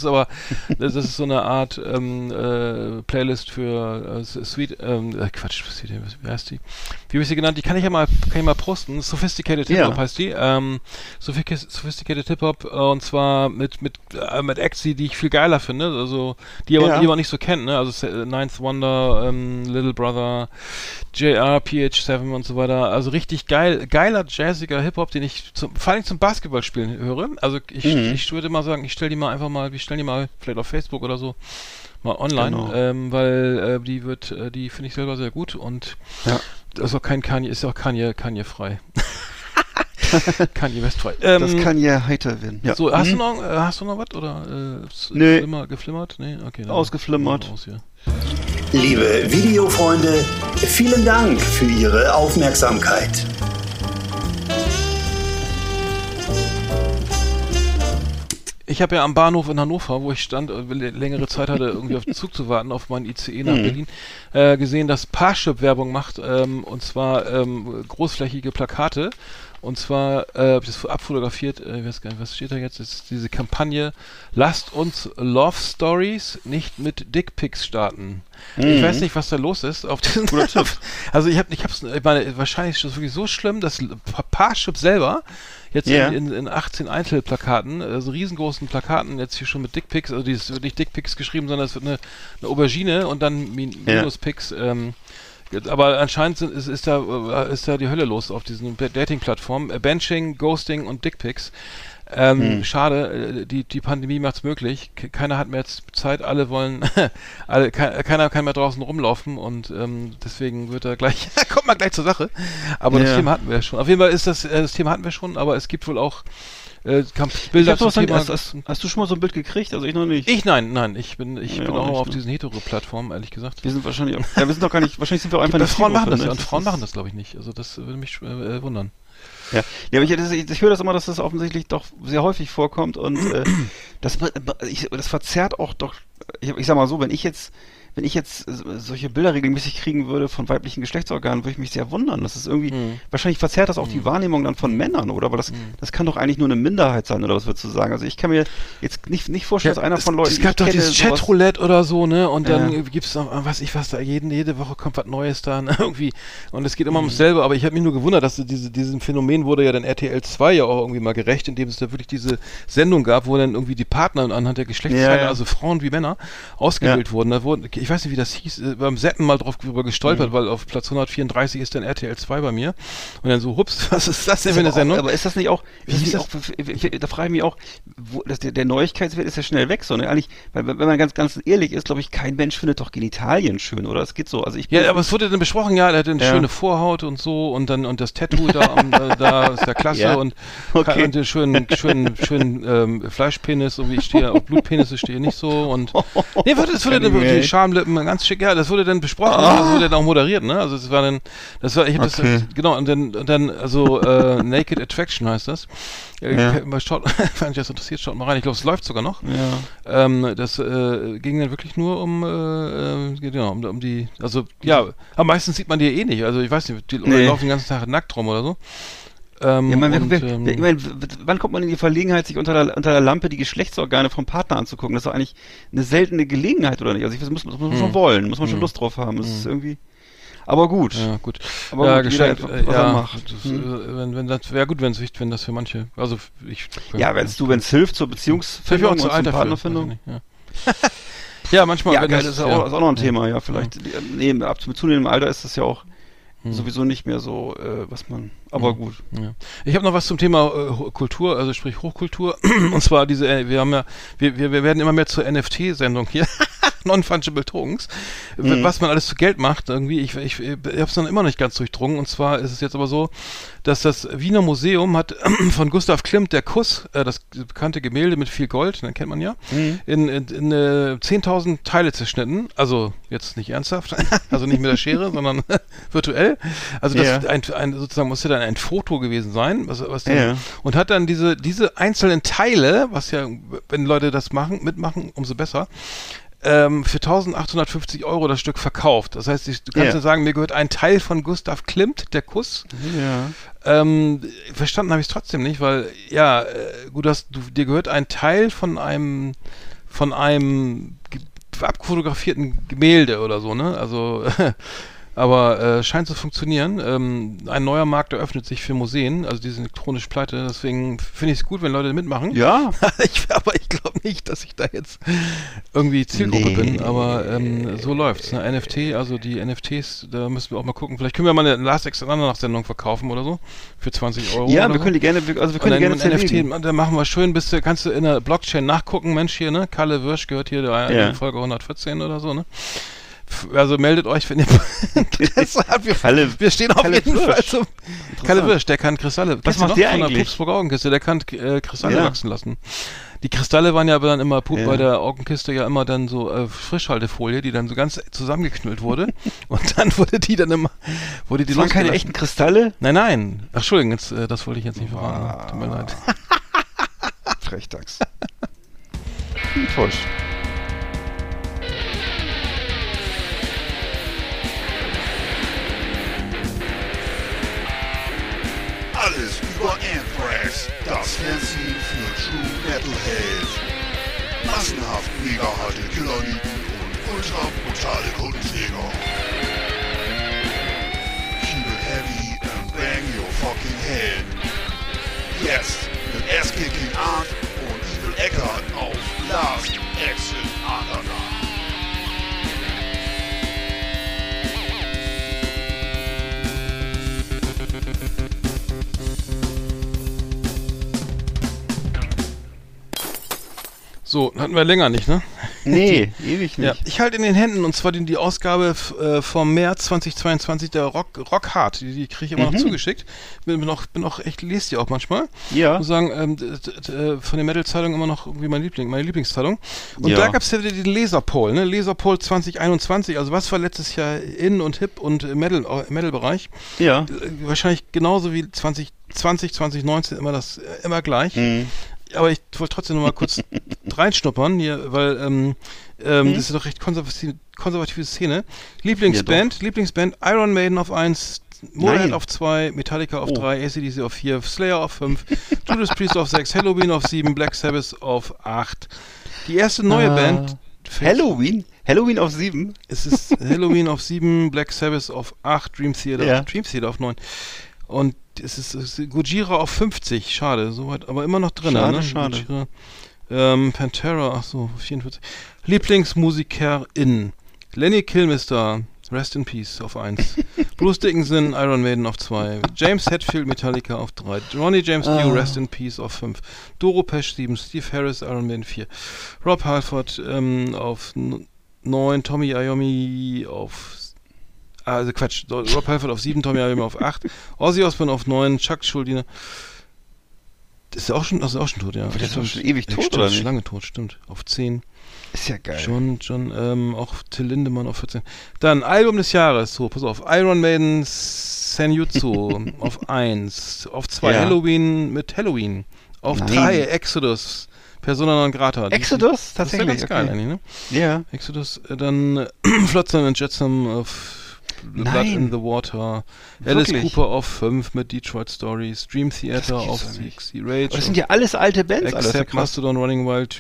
das ist so eine Art Playlist für Sweet, Quatsch, wie heißt die? Wie habe ich sie genannt? Die kann ich ja mal posten. Sophisticated Hip-Hop heißt die. Sophisticated Hip-Hop und zwar mit Acts, die ich viel geiler finde, also die man nicht so kennt, ne? Also Ninth Wonder, Little Brother, JR, PH7 und so weiter. Also richtig geiler jazziger Hip-Hop, den ich vor allem zum Basketballspielen höre. Also ich würde mal sagen, wir stellen die mal vielleicht auf Facebook oder so mal online, weil die finde ich selber sehr gut und also ist ja auch Kanye frei. Kanye West frei. Das kann ja heiter werden. Ja. So, hast du noch was oder geflimmert? Nee, okay. Ausgeflimmert. Liebe Videofreunde, vielen Dank für Ihre Aufmerksamkeit. Ich habe ja am Bahnhof in Hannover, wo ich stand, längere Zeit hatte, irgendwie auf den Zug zu warten, auf meinen ICE nach Berlin, gesehen, dass Parship Werbung macht, und zwar großflächige Plakate. Und zwar, habe ich das abfotografiert, ich weiß gar nicht, was steht da jetzt? Das ist diese Kampagne, lasst uns Love Stories nicht mit Dickpics starten. Ich weiß nicht, was da los ist auf diesen Also ich meine, wahrscheinlich ist das wirklich so schlimm, dass Parship selber jetzt in 18 Einzelplakaten, also riesengroßen Plakaten, jetzt hier schon mit Dickpics, also es wird nicht Dickpics geschrieben, sondern es wird eine Aubergine und dann Minuspics, aber anscheinend ist da die Hölle los auf diesen Dating-Plattformen. Benching, Ghosting und Dickpics. Schade, die Pandemie macht's möglich. Keiner hat mehr jetzt Zeit, alle wollen, keiner kann mehr draußen rumlaufen und deswegen kommt man gleich zur Sache. Aber das Thema hatten wir ja schon. Auf jeden Fall ist das Thema hatten wir schon, aber es gibt wohl auch Bilder zum Thema. Hast du schon mal so ein Bild gekriegt? Also ich noch nicht. Nein. Ich bin auch auf diesen Hetero-Plattformen, ehrlich gesagt. Wir sind wahrscheinlich auch, wir sind doch gar nicht, wahrscheinlich sind wir auch einfach nicht. Frauen machen das, und Frauen machen das, glaube ich, nicht. Also das würde mich wundern. Ja, aber ich höre das immer, dass das offensichtlich doch sehr häufig vorkommt und das verzerrt auch doch, ich sag mal so, wenn ich jetzt solche Bilder regelmäßig kriegen würde von weiblichen Geschlechtsorganen, würde ich mich sehr wundern. Das ist irgendwie, wahrscheinlich verzerrt das auch die Wahrnehmung dann von Männern, oder? Aber das kann doch eigentlich nur eine Minderheit sein, oder was würdest du sagen? Also ich kann mir jetzt nicht vorstellen, dass einer von Leuten... Es gab doch dieses Chatroulette oder so, ne? Und dann gibt's noch, was da, jede Woche kommt was Neues da, ne? Irgendwie. Und es geht immer ums selbe, aber ich habe mich nur gewundert, dass diesem Phänomen wurde ja dann RTL 2 ja auch irgendwie mal gerecht, indem es da wirklich diese Sendung gab, wo dann irgendwie die Partner anhand der Geschlechtsteile, also Frauen wie Männer, ausgewählt wurden. Da wurden, ich weiß nicht, wie das hieß, beim Zappen mal drüber gestolpert, weil auf Platz 134 ist dann RTL 2 bei mir. Und dann so, hups, was ist das denn für eine Sendung? Aber ist das nicht auch, da frage ich mich auch, der Neuigkeitswert ist ja schnell weg, so, ne? Eigentlich, weil wenn man ganz ehrlich ist, glaube ich, kein Mensch findet doch Genitalien schön, oder? Es geht so. Also aber es wurde dann besprochen, er hat eine schöne Vorhaut und so und das Tattoo da ist der klasse und schönen Fleischpenis, irgendwie ich stehe auf Blutpenisse, stehe nicht so und das wurde dann die Schamlippen ganz schick, das wurde dann besprochen, das wurde dann auch moderiert, ne? Also ich habe das, genau, und dann also Naked Attraction heißt das. Wenn euch das interessiert, schaut mal rein. Ich glaube, es läuft sogar noch. Ja. Das ging dann wirklich nur um die, also aber meistens sieht man die ja eh nicht. Also ich weiß nicht, die laufen den ganzen Tag nackt rum oder so. Wann kommt man in die Verlegenheit, sich unter der Lampe die Geschlechtsorgane vom Partner anzugucken? Das ist doch eigentlich eine seltene Gelegenheit, oder nicht? Also das muss man schon wollen, muss man schon Lust drauf haben. Das ist irgendwie... Aber gut. Ja, gut. Aber gut, jeder etwas, was er macht. Wenn das für manche, also wenn es hilft zur Beziehungsfindung und zur Partnerfindung. Ja, manchmal. Ja, das ist auch noch ein Thema, ja, vielleicht. Mit zunehmendem Alter ist das ja auch sowieso nicht mehr so, was man, aber gut. Ja. Ich habe noch was zum Thema Kultur, also sprich Hochkultur, und zwar wir werden immer mehr zur NFT-Sendung hier. Non-Fungible Tokens, was man alles zu Geld macht, irgendwie, ich habe es noch immer nicht ganz durchdrungen, und zwar ist es jetzt aber so, dass das Wiener Museum hat von Gustav Klimt der Kuss, das bekannte Gemälde mit viel Gold, den kennt man ja, in 10.000 Teile zerschnitten, also jetzt nicht ernsthaft, also nicht mit der Schere, sondern virtuell, also das sozusagen musste dann ein Foto gewesen sein, was dann, und hat dann diese einzelnen Teile, was ja, wenn Leute das mitmachen, umso besser, für 1.850 € das Stück verkauft. Das heißt, du kannst ja sagen, mir gehört ein Teil von Gustav Klimt, der Kuss. Ja. Verstanden habe ich es trotzdem nicht, weil, dir gehört ein Teil von von einem abfotografierten Gemälde oder so, ne? Also aber scheint zu funktionieren. Ein neuer Markt eröffnet sich für Museen, also diese elektronische Pleite. Deswegen finde ich es gut, wenn Leute mitmachen. Ja. Aber ich glaube nicht, dass ich da jetzt irgendwie Zielgruppe bin. Aber so läuft's. Ne? NFT, also die NFTs, da müssen wir auch mal gucken. Vielleicht können wir mal eine Last Extra-Sendung verkaufen oder so für 20 Euro. Ja, wir können die gerne, NFT, da machen wir schön, kannst du in der Blockchain nachgucken, Mensch hier, ne? Kalle Wirsch gehört hier in Folge 114 oder so, ne? Also meldet euch, wenn ihr Interesse habt. Wir stehen auf jeden Fall zum Kalle Wirsch, der kann Kristalle. Was macht der eigentlich? Pupsburger Augenkiste, der kann Kristalle wachsen lassen. Die Kristalle waren ja aber dann immer bei der Augenkiste ja immer dann so Frischhaltefolie, die dann so ganz zusammengeknüllt wurde. Und dann wurde die das waren keine echten Kristalle? Nein. Ach, Entschuldigung, das wollte ich jetzt nicht verraten. Tut mir leid. Frechdachs. Enttäuscht. Alles über Anthrax, das Fernsehen für True Metalhead. Massenhaft mega harte Killerlieben und ultra brutale Kundenjäger. Keep it heavy and bang your fucking head. Jetzt mit Ass-Kicking Art und Evil Eckart auf Last Exit Andernach. So, hatten wir länger nicht, ne? Nee, ewig nicht. Ja, ich halte in den Händen, und zwar die Ausgabe vom März 2022 der Rock Hard. Die kriege ich immer noch zugeschickt. Bin auch echt, lese die auch manchmal. Ja. Ich muss sagen, von den Metal-Zeitungen immer noch irgendwie meine Lieblingszeitung. Und da gab es ja wieder den Laserpoll, ne? Laserpoll 2021. Also was war letztes Jahr in und hip und im Metal-Bereich? Ja. Wahrscheinlich genauso wie 2020, 2019 immer gleich. Aber ich wollte trotzdem noch mal kurz reinschnuppern hier, weil das ist doch recht konservative Szene. Lieblingsband Iron Maiden auf 1, Motorhead auf 2, Metallica auf 3, AC/DC auf 4, Slayer auf 5, Judas Priest auf 6, Halloween auf 7, Black Sabbath auf 8. Die erste neue Band... Halloween auf 7? Es ist Halloween auf 7, Black Sabbath auf 8, Dream Theater auf 9. Und es ist Gojira auf 50, schade, soweit, aber immer noch drin. Schade. Pantera, ach so, 44. Lieblingsmusikerin: Lenny Kilmister, Rest in Peace auf 1. Bruce Dickinson, Iron Maiden auf 2. James Hetfield, Metallica auf 3. Ronnie James Dio, Rest in Peace auf 5. Doro Pesch 7. Steve Harris, Iron Maiden 4. Rob Halford auf 9. Tommy Iommi auf Rob Halford auf 7, Tommy Iommi auf 8, Ozzy Osbourne auf 9, Chuck Schuldiner. Ist er auch schon tot, ja. Der ist doch schon ewig tot, oder nicht? Lange tot, stimmt. Auf 10. Ist ja geil. Schon, auch Till Lindemann auf 14. Dann Album des Jahres, so, pass auf. Iron Maiden Senjutsu auf 1. Auf 2 Halloween mit Halloween. Auf 3 Exodus. Persona non grata. Exodus? Tatsächlich. Das ist ja ganz geil eigentlich, ne? Ja. Exodus, dann Flotsam and Jetsam auf Blood in the Water. Alice Cooper auf 5 mit Detroit Stories. Dream Theater auf 6. Rage. Das sind ja alles alte Bands. Except Mastodon, Running Wild,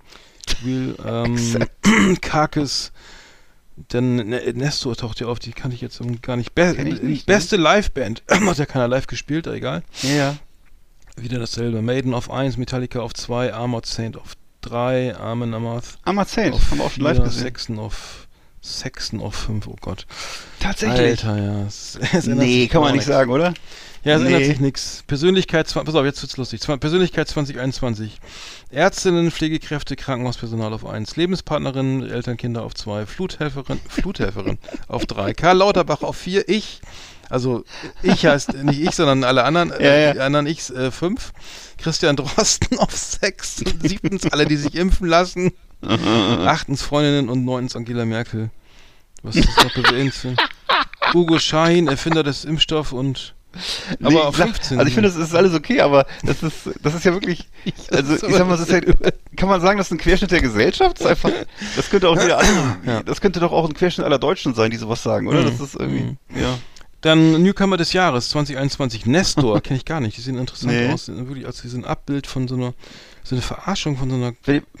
Carcass. Dann Nestor taucht ja auf, die kannte ich jetzt gar nicht. Beste Liveband. Hat ja keiner live gespielt, egal. Ja. Wieder dasselbe. Maiden auf 1, Metallica auf 2, Armored Saint auf 3, Armin Amarth. Armored Saint, haben wir auch schon live gesehen. Saxon auf 5, oh Gott. Tatsächlich? Alter, ja. Nee, kann man nicht sagen, oder? Ja, es ändert sich nichts. Pass auf, jetzt wird's lustig. Persönlichkeit 2021. Ärztinnen, Pflegekräfte, Krankenhauspersonal auf 1. Lebenspartnerin, Eltern, Kinder auf 2. Fluthelferin auf 3. Karl Lauterbach auf 4. Also ich heißt nicht ich, sondern alle anderen, die anderen Ichs 5. Christian Drosten auf 6. 7. alle, die sich impfen lassen. 8. Freundinnen und 9. Angela Merkel. Was ist das noch bewegend? Hugo Schahin, Erfinder des Impfstoffs und aber auf 15. Also ich finde, das ist alles okay, aber das ist ja wirklich, also ich sag mal, das ist halt, kann man sagen, das ist ein Querschnitt der Gesellschaft? Das ist einfach, das könnte auch wieder das könnte doch auch ein Querschnitt aller Deutschen sein, die sowas sagen, oder? Das ist irgendwie, Dann Newcomer des Jahres 2021, Nestor, kenne ich gar nicht, die sehen interessant aus, wirklich als ein Abbild von so eine Verarschung von so einer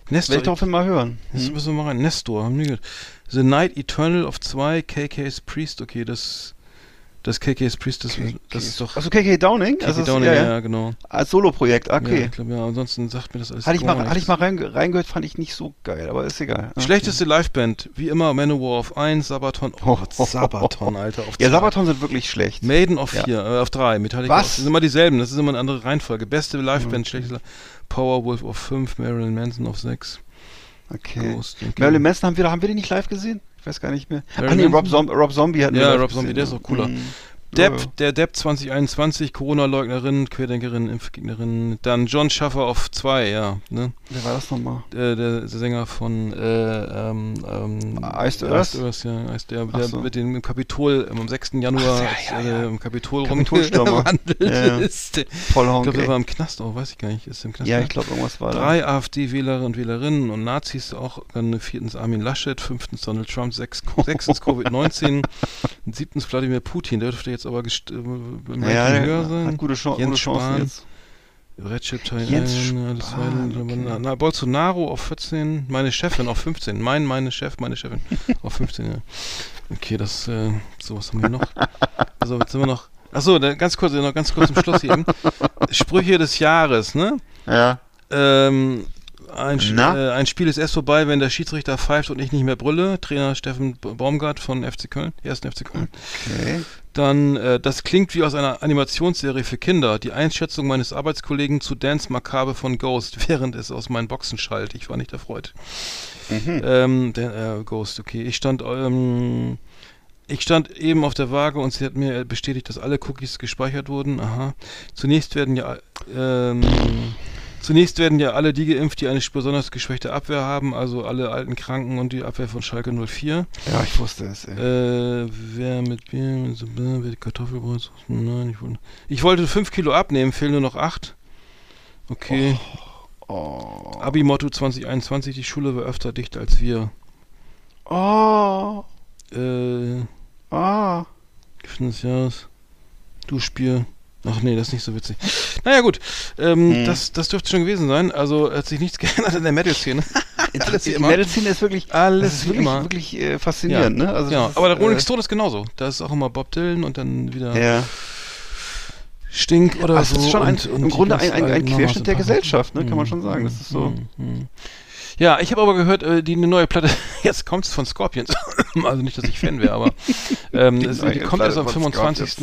Nestor. Werde ich daraufhin mal hören. Das müssen wir mal rein. Nestor, haben wir gehört. The Night Eternal of 2, KK's Priest, okay, das KK's Priest, das ist doch... Achso, KK Downing? KK Downing, ja, genau. Als Solo-Projekt, okay. Ja, ich glaube, ja, ansonsten sagt mir das alles Hatte ich mal reingehört, fand ich nicht so geil, aber ist egal. Schlechteste Liveband, wie immer, Manowar auf 1, Sabaton, Sabaton, Alter, auf 2. Ja, Sabaton sind wirklich schlecht. Maiden auf 4, auf 3, Metallica Was? Das sind immer dieselben, das ist immer eine andere Reihenfolge. Beste Liveband, schlechteste Powerwolf auf 5, Marilyn Manson auf 6. Okay. Ghost, okay. Marilyn Manson, haben wir den nicht live gesehen? Ich weiß gar nicht mehr. Marilyn Manson? Rob Zombie hatten wir Ja, live Rob Zombie, gesehen. der ist auch cooler. Der Depp 2021, Corona-Leugnerin, Querdenkerin, Impfgegnerin. Dann John Schaffer auf 2, ja. Ne? Wer war das nochmal? Der Sänger von Iced Earth? Ja, der mit dem Kapitol am 6. Januar im Kapitol rumgewandelt ist. Voll ich glaube, der war im Knast auch, weiß ich gar nicht. Ist im Knast? Ja, ich glaube, irgendwas war da. 3 AfD-Wähler und Wählerinnen und Nazis auch. Dann 4. Armin Laschet, 5. Donald Trump, 6. Covid-19, 7. Wladimir Putin, der dürfte jetzt aber höher sein. Hat gute Chancen jetzt. Recep Tayyip Bolsonaro auf 14, meine Chefin auf 15, meine Chefin auf 15, ja. Okay, das, sowas haben wir noch. Also, jetzt sind wir noch, achso, ganz kurz zum Schluss hier eben. Sprüche des Jahres, ne? Ja. Ein Spiel ist erst vorbei, wenn der Schiedsrichter pfeift und ich nicht mehr brülle. Trainer Steffen Baumgart von FC Köln, 1. FC Köln. Okay. Dann, das klingt wie aus einer Animationsserie für Kinder. Die Einschätzung meines Arbeitskollegen zu Dance Macabre von Ghost, während es aus meinen Boxen schallt. Ich war nicht erfreut. Ghost, okay. Ich stand eben auf der Waage und sie hat mir bestätigt, dass alle Cookies gespeichert wurden. Aha. Zunächst werden ja alle die geimpft, die eine besonders geschwächte Abwehr haben, also alle alten Kranken und die Abwehr von Schalke 04. Ja, ich wusste es. Wer mit Bier, wer Kartoffelbrot, nein, ich wollte 5 Kilo abnehmen, fehlen nur noch 8. Okay. Abi-Motto 2021, die Schule war öfter dicht als wir. Gewinn des Jahres. Duschbier. Ach nee, das ist nicht so witzig. Naja gut, das dürfte schon gewesen sein. Also hat sich nichts geändert in der Metal-Szene. Die Metal-Szene ist wirklich wirklich faszinierend. Ja. Ne? Also ja, aber der Rolling Stone ist genauso. Da ist auch immer Bob Dylan und dann wieder Stink oder so. Das ist schon im Grunde ein Querschnitt der Gesellschaft, ne? Kann man schon sagen. Das ist so. Ja, ich habe aber gehört, die eine neue Platte, jetzt kommt es von Scorpions, also nicht, dass ich Fan wäre, aber die kommt erst am 25.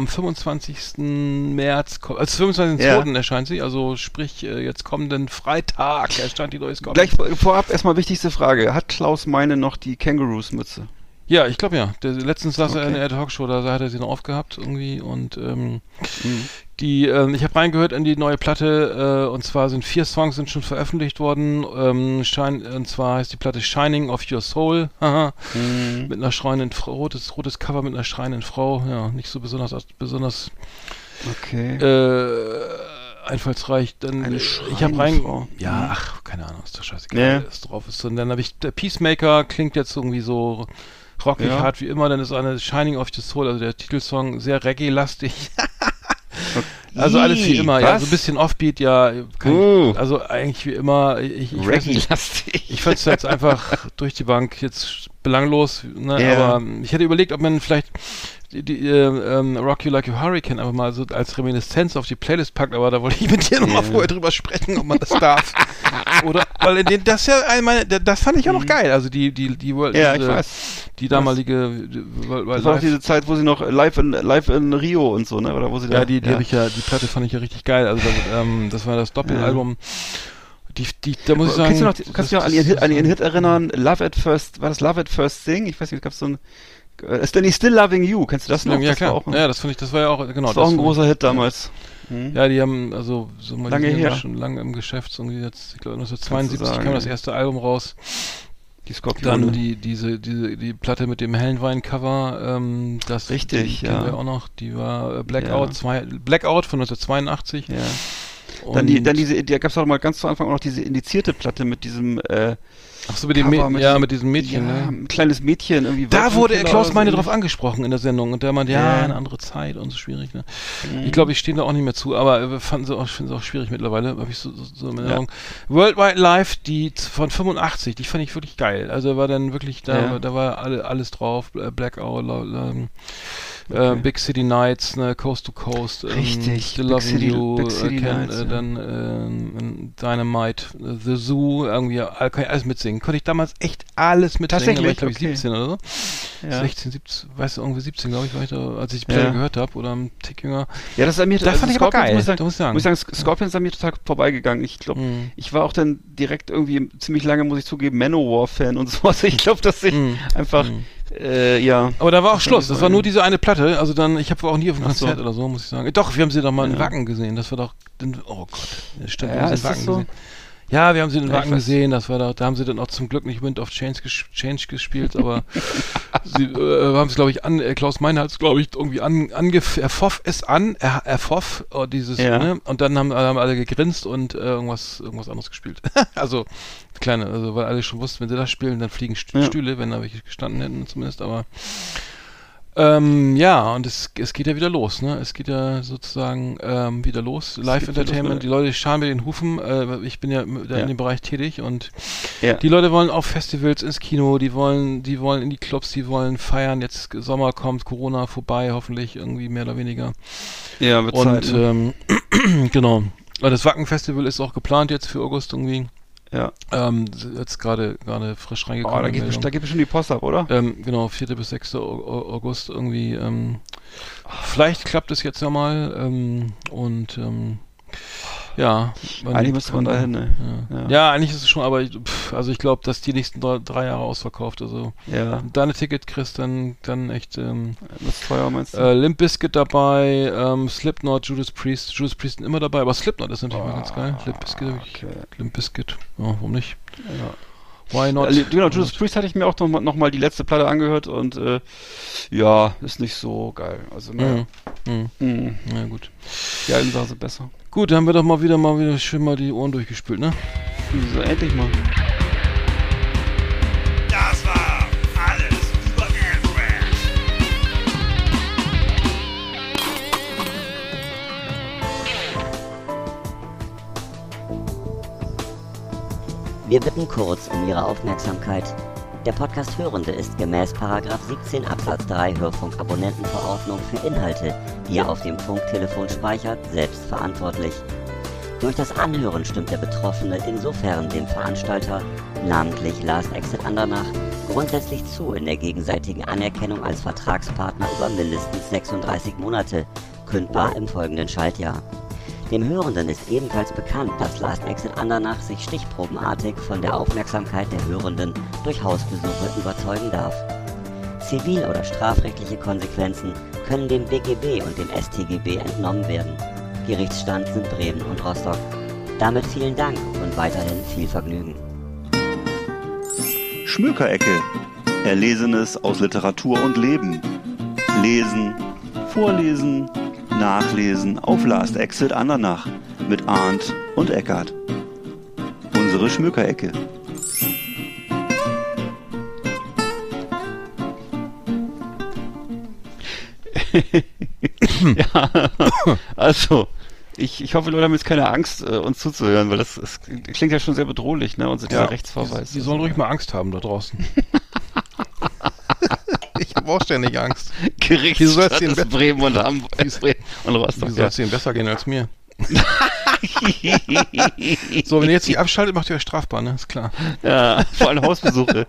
März, also 25.02. erscheint sie, also sprich jetzt kommenden Freitag erscheint die neue Scorpions. Gleich vorab erstmal wichtigste Frage, hat Klaus Meine noch die Kangaroos-Mütze? Ja, ich glaube ja. Letztens saß er in der Talkshow, da hat er sie noch aufgehabt irgendwie und ich habe reingehört in die neue Platte und zwar sind 4 Songs sind schon veröffentlicht worden. Und zwar heißt die Platte Shining of Your Soul. Mit einer schreienden Frau, rotes Cover mit einer schreienden Frau. Ja, nicht so besonders einfallsreich. Dann ich habe keine Ahnung, ist doch scheißegal, was drauf ist. Und dann habe ich der Peacemaker, klingt jetzt irgendwie so rockig hart wie immer. Dann ist eine Shining of Your Soul, also der Titelsong, sehr Reggae-lastig. Also alles wie immer, ja, so ein bisschen Offbeat, ja, also eigentlich wie immer, ich fand es jetzt einfach durch die Bank jetzt belanglos, ne, aber ich hätte überlegt, ob man vielleicht die Rock You Like a Hurricane einfach mal so als Reminiszenz auf die Playlist packt, aber da wollte ich mit dir nochmal vorher drüber sprechen, ob man das darf. Oder, weil das fand ich ja noch geil, also die World, ich weiß. Die damalige das war auch diese Zeit, wo sie noch live in Rio und so, ne? Oder wo sie die Platte fand ich ja richtig geil. Also das war das Doppelalbum. Da muss ich sagen. Kannst du noch an ihren Hit erinnern? Love at First Thing? Ich weiß nicht, es gab so ein Still Loving You, kennst du das noch? Ja, klar. Das war ja auch, genau. Das war auch ein großer Hit damals. Ja, die haben also so mal lange her. Schon lange im Geschäft, irgendwie jetzt, ich glaube 1972 kam das erste Album raus. Die Skorpione. Dann die Platte mit dem Hellenwein-Cover, das richtig, kennen wir auch noch, die war Blackout von 1982. Ja. Dann da gab's auch mal ganz zu Anfang auch noch diese indizierte Platte mit diesem, ach so, mit dem mit diesem Mädchen, ja, ne? ein kleines Mädchen irgendwie. Da wurde Klaus Meine drauf angesprochen in der Sendung und der meinte, eine andere Zeit und so schwierig, ne? Ich glaube, ich stehe da auch nicht mehr zu, aber wir finden sie auch schwierig mittlerweile, habe ich so in Erinnerung. Worldwide Live, die von 85, die fand ich wirklich geil. Also war dann wirklich, da war alles drauf, Black Hour, Big City Nights, ne, Coast to Coast, richtig, Still Loving You, Big City Nights, dann Dynamite, The Zoo, irgendwie, kann ich alles mitsingen. Konnte ich damals echt alles mitsingen. Tatsächlich, war ich, glaube ich, 17 oder so. Ja. 16, 17, weißt du, irgendwie 17, glaube ich, war ich da, als ich die Platte gehört habe, oder ein Tick jünger. Ja, das ist an mir, das fand ich aber geil, muss ich sagen. Scorpions ist an mir total vorbeigegangen. Ich glaube, ich war auch dann direkt irgendwie ziemlich lange, muss ich zugeben, Manowar-Fan und sowas. Ich glaube, dass ich einfach, ja. Aber da war auch Schluss. Das war nur diese eine Platte. Also dann, ich habe auch nie auf ein Konzert oder so, muss ich sagen. Doch, wir haben sie doch mal in Wacken gesehen. Das war doch, oh Gott, stimmt, wir haben sie in Wacken gesehen. Ja, wir haben sie in Wacken gesehen, das war da haben sie dann auch zum Glück nicht Wind of Change gespielt, aber sie haben es, glaube ich, Klaus Meine hat es, glaube ich, irgendwie erfoff, dieses, ne? Und dann haben alle gegrinst und irgendwas anderes gespielt. Also, weil alle schon wussten, wenn sie das spielen, dann fliegen Stühle, wenn da welche gestanden hätten zumindest, aber und es geht ja wieder los, ne? Es geht ja sozusagen wieder los. Live-Entertainment, die Leute scharen mit den Hufen. Ich bin ja in dem Bereich tätig und die Leute wollen auf Festivals, ins Kino, die wollen in die Clubs, die wollen feiern. Jetzt Sommer kommt, Corona vorbei, hoffentlich irgendwie mehr oder weniger. Ja, wird und Zeit, genau. Das Wacken-Festival ist auch geplant jetzt für August irgendwie. Ja. Jetzt gerade frisch reingekommen. Da geht bestimmt die Post ab, oder? Genau, 4. bis 6. August irgendwie. Vielleicht klappt es jetzt ja mal. Eigentlich müsste man dahin, ne? Ja, eigentlich ist es schon, aber ich glaube, dass die nächsten 3 Jahre ausverkauft. Also, deine Ticket kriegst dann echt. Was teuer meinst du? Limp Bizkit dabei, Slipknot, Judas Priest sind immer dabei, aber Slipknot ist natürlich mal ganz geil. Limp Bizkit, warum nicht? Ja. Why not? Genau, Judas Priest hatte ich mir auch noch mal die letzte Platte angehört und ist nicht so geil. Also Ja, gut. Die alten Sachen sind besser. Gut, dann haben wir doch mal wieder schön mal die Ohren durchgespült, ne? So, endlich mal. Das war alles über Anthrax. Wir bitten kurz um Ihre Aufmerksamkeit. Der Podcast Hörende ist gemäß § 17 Absatz 3 Hörfunkabonnentenverordnung für Inhalte, die er auf dem Funktelefon speichert, selbst verantwortlich. Durch das Anhören stimmt der Betroffene insofern dem Veranstalter, namentlich Last Exit Andernach, grundsätzlich zu in der gegenseitigen Anerkennung als Vertragspartner über mindestens 36 Monate, kündbar im folgenden Schaltjahr. Dem Hörenden ist ebenfalls bekannt, dass Last Exit Andernach sich stichprobenartig von der Aufmerksamkeit der Hörenden durch Hausbesuche überzeugen darf. Zivil- oder strafrechtliche Konsequenzen können dem BGB und dem StGB entnommen werden. Gerichtsstand sind Bremen und Rostock. Damit vielen Dank und weiterhin viel Vergnügen. Schmökerecke. Erlesenes aus Literatur und Leben. Lesen, vorlesen, nachlesen auf Last Exit Andernach mit Arndt und Eckart. Unsere Schmökerecke. Ja, also ich hoffe, Leute haben jetzt keine Angst, uns zuzuhören, weil das klingt ja schon sehr bedrohlich, ne? Unser dieser Rechtsverweis. Die sollen ruhig mal Angst haben da draußen. Ich habe auch ständig Angst. Gerichtsstadt ist Bremen und Hamburg und Rostock. Wie soll es denen besser gehen als mir? So, wenn ihr jetzt nicht abschaltet, macht ihr euch strafbar, ne? Ist klar. Ja, vor allem Hausbesuche.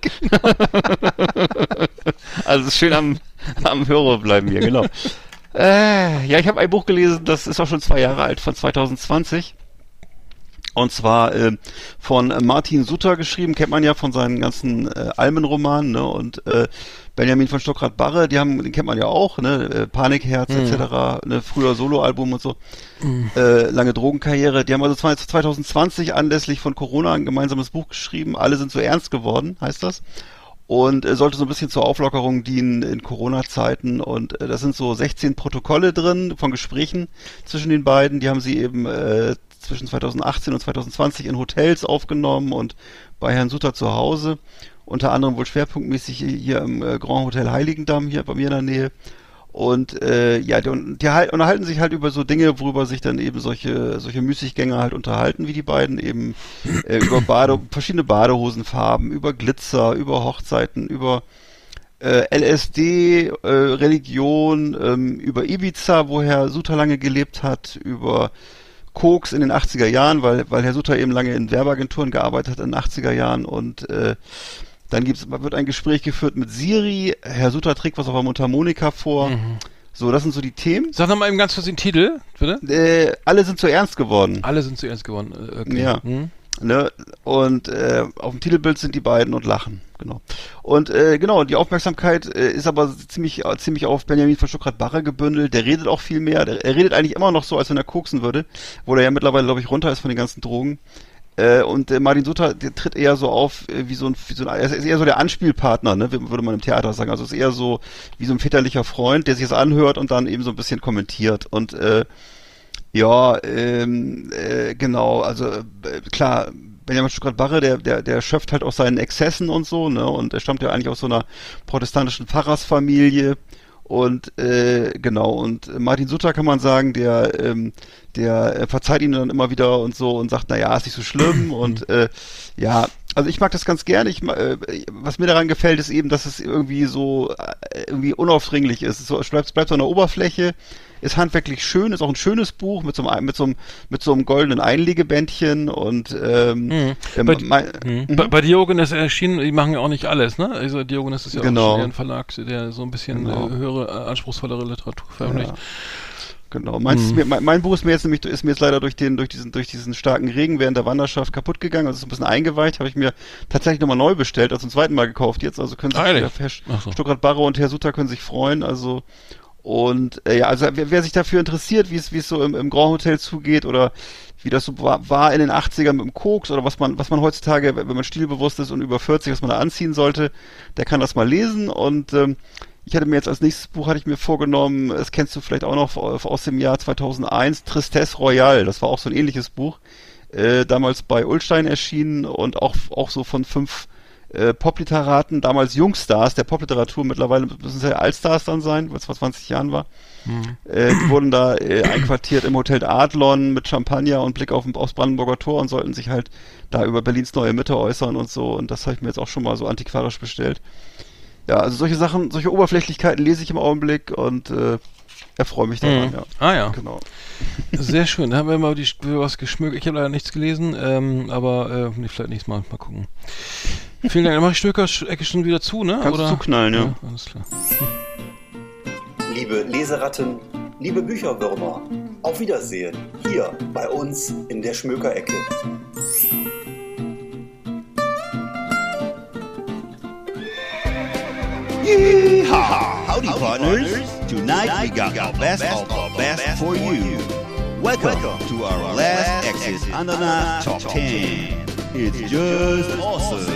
Also schön am Hörer bleiben hier, genau. Ja, ich habe ein Buch gelesen, das ist auch schon 2 Jahre alt, von 2020. Und zwar von Martin Sutter geschrieben, kennt man ja von seinen ganzen Almenromanen, ne? Und Benjamin von Stockrad-Barre, den kennt man ja auch, ne? Panikherz etc., ne? Früher Soloalbum und so. Lange Drogenkarriere. Die haben also 2020 anlässlich von Corona ein gemeinsames Buch geschrieben. Alle sind so ernst geworden, heißt das. Und sollte so ein bisschen zur Auflockerung dienen in Corona-Zeiten. Und das sind so 16 Protokolle drin von Gesprächen zwischen den beiden. Die haben sie eben zwischen 2018 und 2020 in Hotels aufgenommen und bei Herrn Sutter zu Hause. Unter anderem wohl schwerpunktmäßig hier im Grand Hotel Heiligendamm, hier bei mir in der Nähe. Und die unterhalten sich halt über so Dinge, worüber sich dann eben solche Müßiggänger halt unterhalten, wie die beiden, eben über verschiedene Badehosenfarben, über Glitzer, über Hochzeiten, über LSD, Religion, über Ibiza, wo Herr Sutter lange gelebt hat, über Koks in den 80er Jahren, weil Herr Sutter eben lange in Werbeagenturen gearbeitet hat in den 80er Jahren und dann wird ein Gespräch geführt mit Siri, Herr Sutter trägt was auf der Mundharmonika vor. So, das sind so die Themen. Sag noch mal eben ganz kurz den Titel, bitte. Alle sind zu ernst geworden. Alle sind zu ernst geworden, okay. Ja. Ne? Und auf dem Titelbild sind die beiden und lachen, genau. Und die Aufmerksamkeit ist aber ziemlich auf Benjamin von Stuckrad-Barre gebündelt. Der redet auch viel mehr. Er redet eigentlich immer noch so, als wenn er koksen würde, wo er ja mittlerweile, glaube ich, runter ist von den ganzen Drogen. Und Martin Sutter, der tritt eher so auf er ist eher so der Anspielpartner, ne, würde man im Theater sagen. Also ist eher so wie so ein väterlicher Freund, der sich das anhört und dann eben so ein bisschen kommentiert. Und genau, also klar, Benjamin Stuckrad-Barre, der schöpft halt aus seinen Exzessen und so, ne, und er stammt ja eigentlich aus so einer protestantischen Pfarrersfamilie. Und und Martin Sutter kann man sagen, der verzeiht ihn dann immer wieder und so und sagt, naja, ist nicht so schlimm und also ich mag das ganz gerne. Was mir daran gefällt, ist eben, dass es irgendwie unaufdringlich ist. Es bleibt so an der Oberfläche, ist handwerklich schön, ist auch ein schönes Buch mit so einem goldenen Einlegebändchen und bei Diogenes erschienen, die machen ja auch nicht alles, ne? Also Diogenes ist ja auch ein Verlag, der so ein bisschen höhere, anspruchsvollere Literatur veröffentlicht. Ja. Genau. Mein Buch ist mir jetzt leider durch diesen starken Regen während der Wanderschaft kaputt gegangen, also ist ein bisschen eingeweicht, habe ich mir tatsächlich nochmal neu bestellt, also zum zweiten Mal gekauft jetzt, also können sich Herr Stuckrad-Barre und Herr Sutter können sich freuen, also und also wer sich dafür interessiert, wie es so im Grand Hotel zugeht oder wie das so war in den 80ern mit dem Koks oder was man heutzutage, wenn man stilbewusst ist und über 40, was man da anziehen sollte, der kann das mal lesen und ich hatte mir jetzt als nächstes Buch vorgenommen, das kennst du vielleicht auch noch aus dem Jahr 2001, Tristesse Royale, das war auch so ein ähnliches Buch, damals bei Ullstein erschienen und auch so von 5 Popliteraten, damals Jungstars der Popliteratur, mittlerweile müssen es ja Allstars dann sein, weil es vor 20 Jahren war. Die wurden da einquartiert im Hotel Adlon mit Champagner und Blick aufs Brandenburger Tor und sollten sich halt da über Berlins neue Mitte äußern und so und das habe ich mir jetzt auch schon mal so antiquarisch bestellt. Ja, also solche Sachen, solche Oberflächlichkeiten lese ich im Augenblick und erfreue mich daran, ja. Ah ja. Genau. Sehr schön, da haben wir mal was geschmückt. Ich habe leider nichts gelesen, aber vielleicht nächstes Mal gucken. Vielen Dank, dann mache ich Stöcker-Ecke schon wieder zu, ne? Kannst du zuknallen, ja. Alles klar. Liebe Leseratten, liebe Bücherwürmer, auf Wiedersehen, hier bei uns in der Schmökerecke. Yeehaw! Howdy, partners. Tonight we got our best of the best for you. Welcome to our last Exit Ananas Top 10. It's just awesome.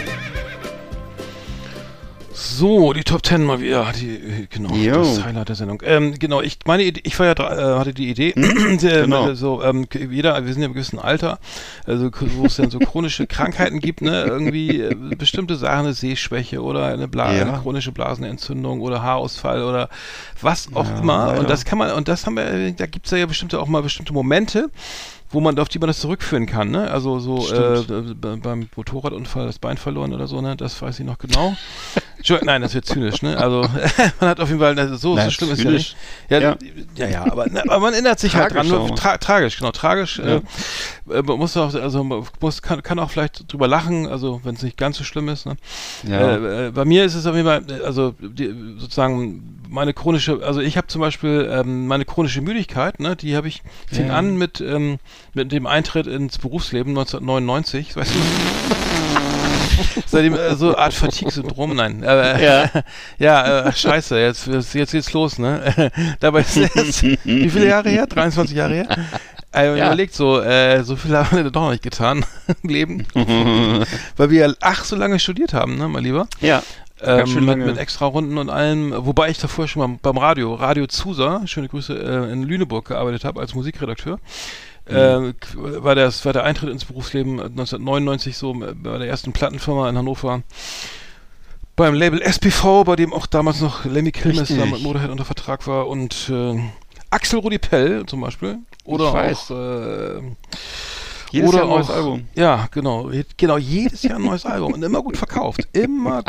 So, die Top 10 mal wieder, das Highlight der Sendung. Genau, ich hatte die Idee, genau. so, wir sind ja im gewissen Alter, also wo es dann so chronische Krankheiten gibt, ne, irgendwie bestimmte Sachen, eine Sehschwäche oder eine chronische Blasenentzündung oder Haarausfall oder was auch immer. Ja. Und da gibt's ja bestimmte Momente, auf die man das zurückführen kann, ne? Also so beim Motorradunfall das Bein verloren oder so, ne? Das weiß ich noch genau. Nein, das wird zynisch, ne? Also man hat auf jeden Fall, so schlimm ist ja nicht. Ja, aber man erinnert sich halt dran. Tragisch, genau. Tragisch. Ja. Man muss auch, kann auch vielleicht drüber lachen, also wenn es nicht ganz so schlimm ist. Ne? Ja. Bei mir ist es auf jeden Fall, also sozusagen meine chronische, also ich habe zum Beispiel meine chronische Müdigkeit, ne? Die fing an mit dem Eintritt ins Berufsleben 1999, weißt du? Seitdem so eine Art Fatigue-Syndrom, nein. Scheiße, jetzt geht's los, ne? Dabei ist jetzt, wie viele Jahre her? 23 Jahre her? Überlegt so viel haben wir doch noch nicht getan im Leben. Weil wir so lange studiert haben, ne, mein Lieber? Ja. Mit extra Runden und allem, wobei ich davor schon mal beim Radio Zusa, schöne Grüße, in Lüneburg gearbeitet habe als Musikredakteur. war der Eintritt ins Berufsleben 1999 so bei der ersten Plattenfirma in Hannover. Beim Label SPV, bei dem auch damals noch Lemmy Kilmister mit Motorhead unter Vertrag war und Axel Rudi Pell zum Beispiel. Oder auch jedes Jahr ein neues Album. Ja, genau, jedes Jahr ein neues Album und immer gut verkauft. Ja,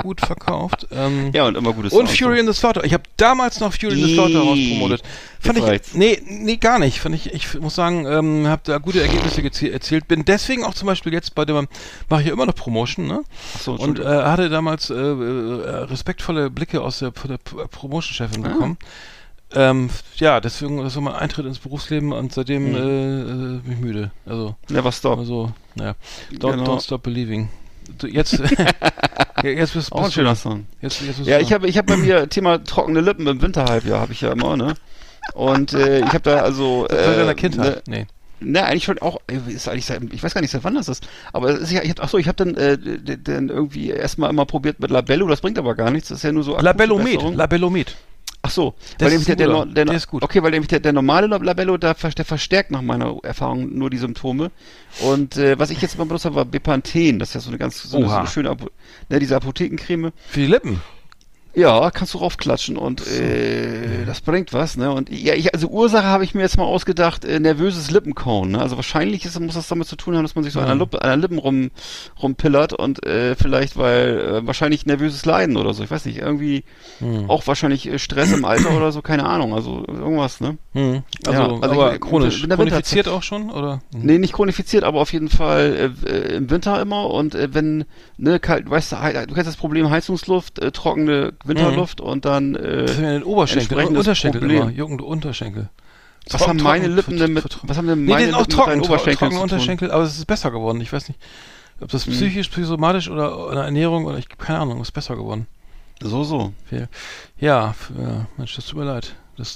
und immer gutes Sound. Und Fury in the Slaughter. Ich habe damals noch Fury in the Slaughter rauspromotet. Nee, gar nicht. Ich muss sagen, habe da gute Ergebnisse erzielt. Bin deswegen auch zum Beispiel jetzt bei dem, mache ich ja immer noch Promotion, ne? Ach so, und hatte damals respektvolle Blicke von der Promotion-Chefin bekommen. Deswegen, das war mein Eintritt ins Berufsleben und seitdem bin ich müde. Also, never stop. Also, don't stop believing. Jetzt bist du auch ein schöner Song. Ich hab bei mir Thema trockene Lippen im Winterhalbjahr, habe ich ja immer, ne? Und ich habe da also... Seit deiner Kindheit? Nee. Ne, eigentlich schon auch, ich weiß gar nicht, seit wann das ist, aber ich habe dann irgendwie erstmal immer probiert mit Labello, das bringt aber gar nichts, das ist ja nur so... Labellomet. Ach so, weil nämlich der ist gut. Okay, weil nämlich der normale Labello, der verstärkt nach meiner Erfahrung nur die Symptome. Und was ich jetzt mal benutzt habe, war Bepanthen. Das ist ja so eine schöne, diese Apothekencreme. Für die Lippen? Ja, kannst du raufklatschen und das bringt was, ne? Und also Ursache habe ich mir jetzt mal ausgedacht, nervöses Lippenkauen, ne? Also wahrscheinlich muss das damit zu tun haben, dass man sich so an der Lippen rumpillert und vielleicht wahrscheinlich nervöses Leiden oder so, ich weiß nicht, irgendwie auch wahrscheinlich Stress im Alter oder so, keine Ahnung, also irgendwas, ne? Aber chronisch. Chronifiziert auch schon, oder? Nee, nicht chronifiziert, aber auf jeden Fall im Winter immer und wenn, ne, kalt, weißt du kennst das Problem Heizungsluft, trockene Winterluft und dann das sind ja den Oberschenkel, Unterschenkel immer, juckende Unterschenkel. Was haben meine Lippen denn mit deinen Oberschenkeln Unterschenkel, aber es ist besser geworden. Ich weiß nicht, ob das psychisch, psychosomatisch oder eine Ernährung oder keine Ahnung, ist besser geworden. So. Ja, Mensch, das tut mir leid.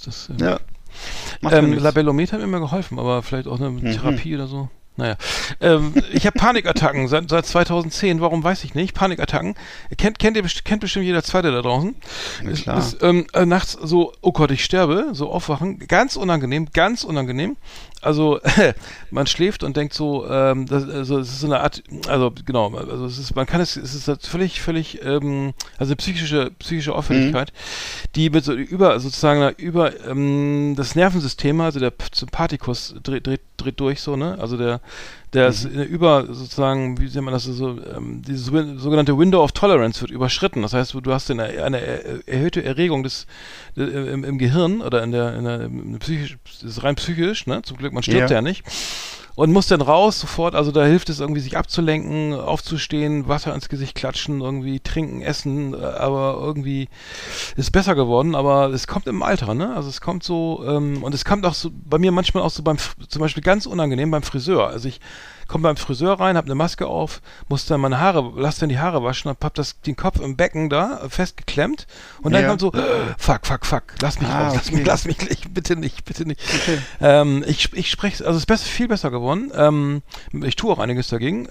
Ja. Labellomet hat mir immer geholfen, aber vielleicht auch eine Therapie oder so. Naja, ich habe Panikattacken seit 2010, warum weiß ich nicht, Panikattacken, kennt bestimmt jeder Zweite da draußen. Ja, klar. Ist, nachts so, oh Gott, ich sterbe, so aufwachen, ganz unangenehm, also man schläft und denkt so, es ist so eine Art, also genau, also es ist halt völlig, also psychische Auffälligkeit, die mit so über das Nervensystem, also der Sympathikus dreht durch so, ne, also der ist sozusagen, wie nennt man das, so, diese sogenannte Window of Tolerance wird überschritten. Das heißt, du hast eine erhöhte Erregung im Gehirn oder psychisch, das ist rein psychisch, ne? Zum Glück, man stirbt ja nicht. Und muss dann raus sofort, also da hilft es irgendwie, sich abzulenken, aufzustehen, Wasser ins Gesicht klatschen, irgendwie trinken, essen, aber irgendwie ist besser geworden, aber es kommt im Alter, ne? Also es kommt so, und es kommt auch so, bei mir manchmal auch so zum Beispiel ganz unangenehm beim Friseur. Also ich komme beim Friseur rein, hab eine Maske auf, muss dann lass dann die Haare waschen, hab den Kopf im Becken da festgeklemmt und dann kommt so, fuck, lass mich raus, lass mich bitte nicht. Okay. Ich spreche, also es ist viel besser geworden. Ich tue auch einiges dagegen,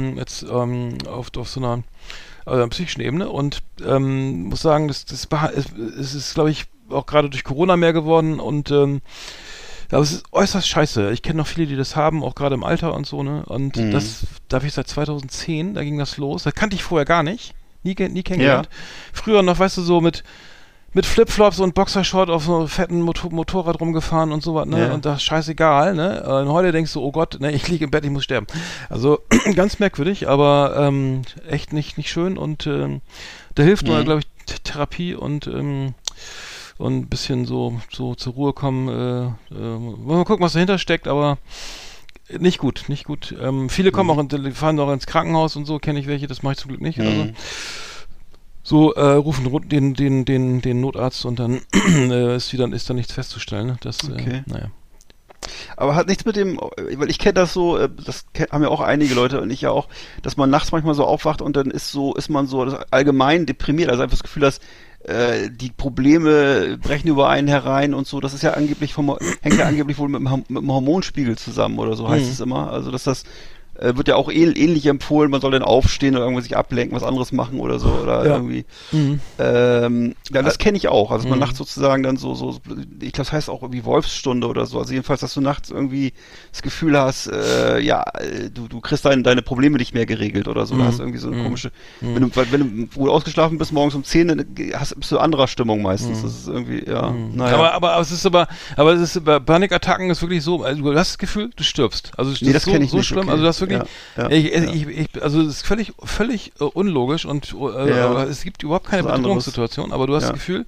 auf so einer psychischen Ebene und muss sagen, es ist, glaube ich, auch gerade durch Corona mehr geworden und aber es ist äußerst scheiße. Ich kenne noch viele, die das haben, auch gerade im Alter und so, ne? Und das darf ich seit 2010, da ging das los. Das kannte ich vorher gar nicht. Nie kennengelernt. Ja. Früher noch, weißt du, so mit Flipflops und Boxershort auf so einem fetten Motorrad rumgefahren und sowas, ne? Ja. Und das ist scheißegal, ne? Und heute denkst du, oh Gott, ne, ich liege im Bett, ich muss sterben. Also ganz merkwürdig, aber echt nicht schön und da hilft nur, glaube ich, Therapie und ein bisschen so zur Ruhe kommen. Mal gucken, was dahinter steckt, aber nicht gut. Viele kommen fahren auch ins Krankenhaus und so, kenne ich welche, das mache ich zum Glück nicht. Also, so rufen den Notarzt und dann ist dann nichts festzustellen. Ne? Das, naja. Aber hat nichts mit dem, weil ich kenne das so, haben ja auch einige Leute und ich ja auch, dass man nachts manchmal so aufwacht und dann ist man so allgemein deprimiert, also einfach das Gefühl, dass die Probleme brechen über einen herein und so, das ist ja angeblich hängt ja angeblich wohl mit dem Hormonspiegel zusammen oder so heißt es immer, also dass das wird ja auch ähnlich empfohlen, man soll dann aufstehen oder irgendwo sich ablenken, was anderes machen oder so, oder irgendwie. Ja, das kenne ich auch. Also man nachts sozusagen dann so, ich glaube, das heißt auch irgendwie Wolfsstunde oder so. Also jedenfalls, dass du nachts irgendwie das Gefühl hast, du kriegst deine Probleme nicht mehr geregelt oder so. Du hast irgendwie so eine komische, wenn du wohl ausgeschlafen bist, morgens um 10, dann bist du anderer Stimmung meistens. Das ist irgendwie, naja. Aber es ist bei Panikattacken ist wirklich so, also du hast das Gefühl, du stirbst. Also das ist so schlimm. Okay. Also das ist wirklich, also es ist völlig unlogisch und es gibt überhaupt keine Bedrohungssituation, aber du hast das Gefühl,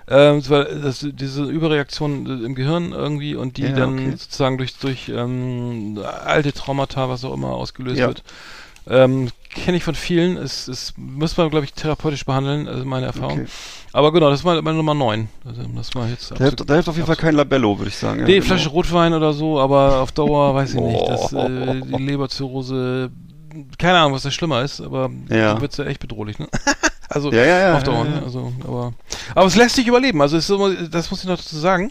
diese Überreaktion im Gehirn irgendwie und die dann sozusagen durch alte Traumata, was auch immer, ausgelöst wird. Kenne ich von vielen, muss man, glaube ich, therapeutisch behandeln, also meine Erfahrung. Okay. Aber genau, das war meine Nummer 9. Also das war jetzt da hilft auf jeden Fall kein Labello, würde ich sagen. Nee, Flasche Rotwein oder so, aber auf Dauer weiß ich nicht. Die Leberzirrhose, keine Ahnung, was da schlimmer ist, aber dann wird's ja echt bedrohlich, ne? Also auf Dauer, ne? Also, aber es lässt sich überleben. Also das muss ich noch dazu sagen.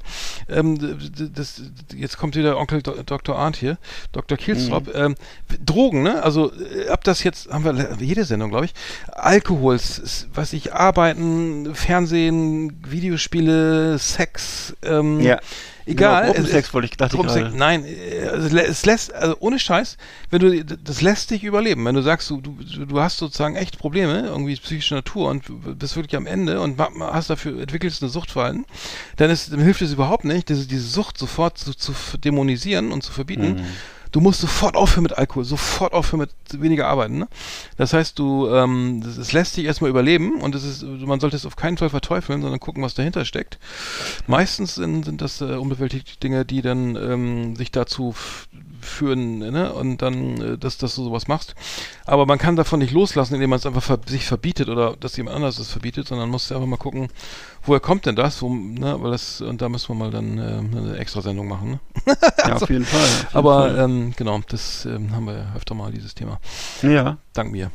Jetzt kommt wieder Onkel Dr. Arndt hier, Dr. Kielstrop. Drogen, ne? Also ab das jetzt haben wir jede Sendung, glaube ich. Alkohol, Arbeiten, Fernsehen, Videospiele, Sex. Egal. Gruppensex wollte ich gerade. Nein, es lässt, also ohne Scheiß, das lässt dich überleben. Wenn du sagst, du hast sozusagen echt Probleme, irgendwie psychische Natur und bist wirklich am Ende und entwickelst eine Suchtverhalten, dann hilft es überhaupt nicht, diese Sucht sofort zu dämonisieren und zu verbieten. Du musst sofort aufhören mit Alkohol, sofort aufhören mit weniger arbeiten. Ne? Das heißt, es lässt dich erstmal überleben und man sollte es auf keinen Fall verteufeln, sondern gucken, was dahinter steckt. Meistens sind das unbewältigte Dinge, die dann sich dazu führen, ne? Und dann, dass du sowas machst. Aber man kann davon nicht loslassen, indem man es einfach sich verbietet oder dass jemand anderes es verbietet, sondern muss einfach mal gucken, woher kommt denn das? Und da müssen wir mal dann eine Extra-Sendung machen. Ne? Ja, auf jeden Fall. Aber genau, das haben wir ja öfter mal, dieses Thema. Ja. Dank mir.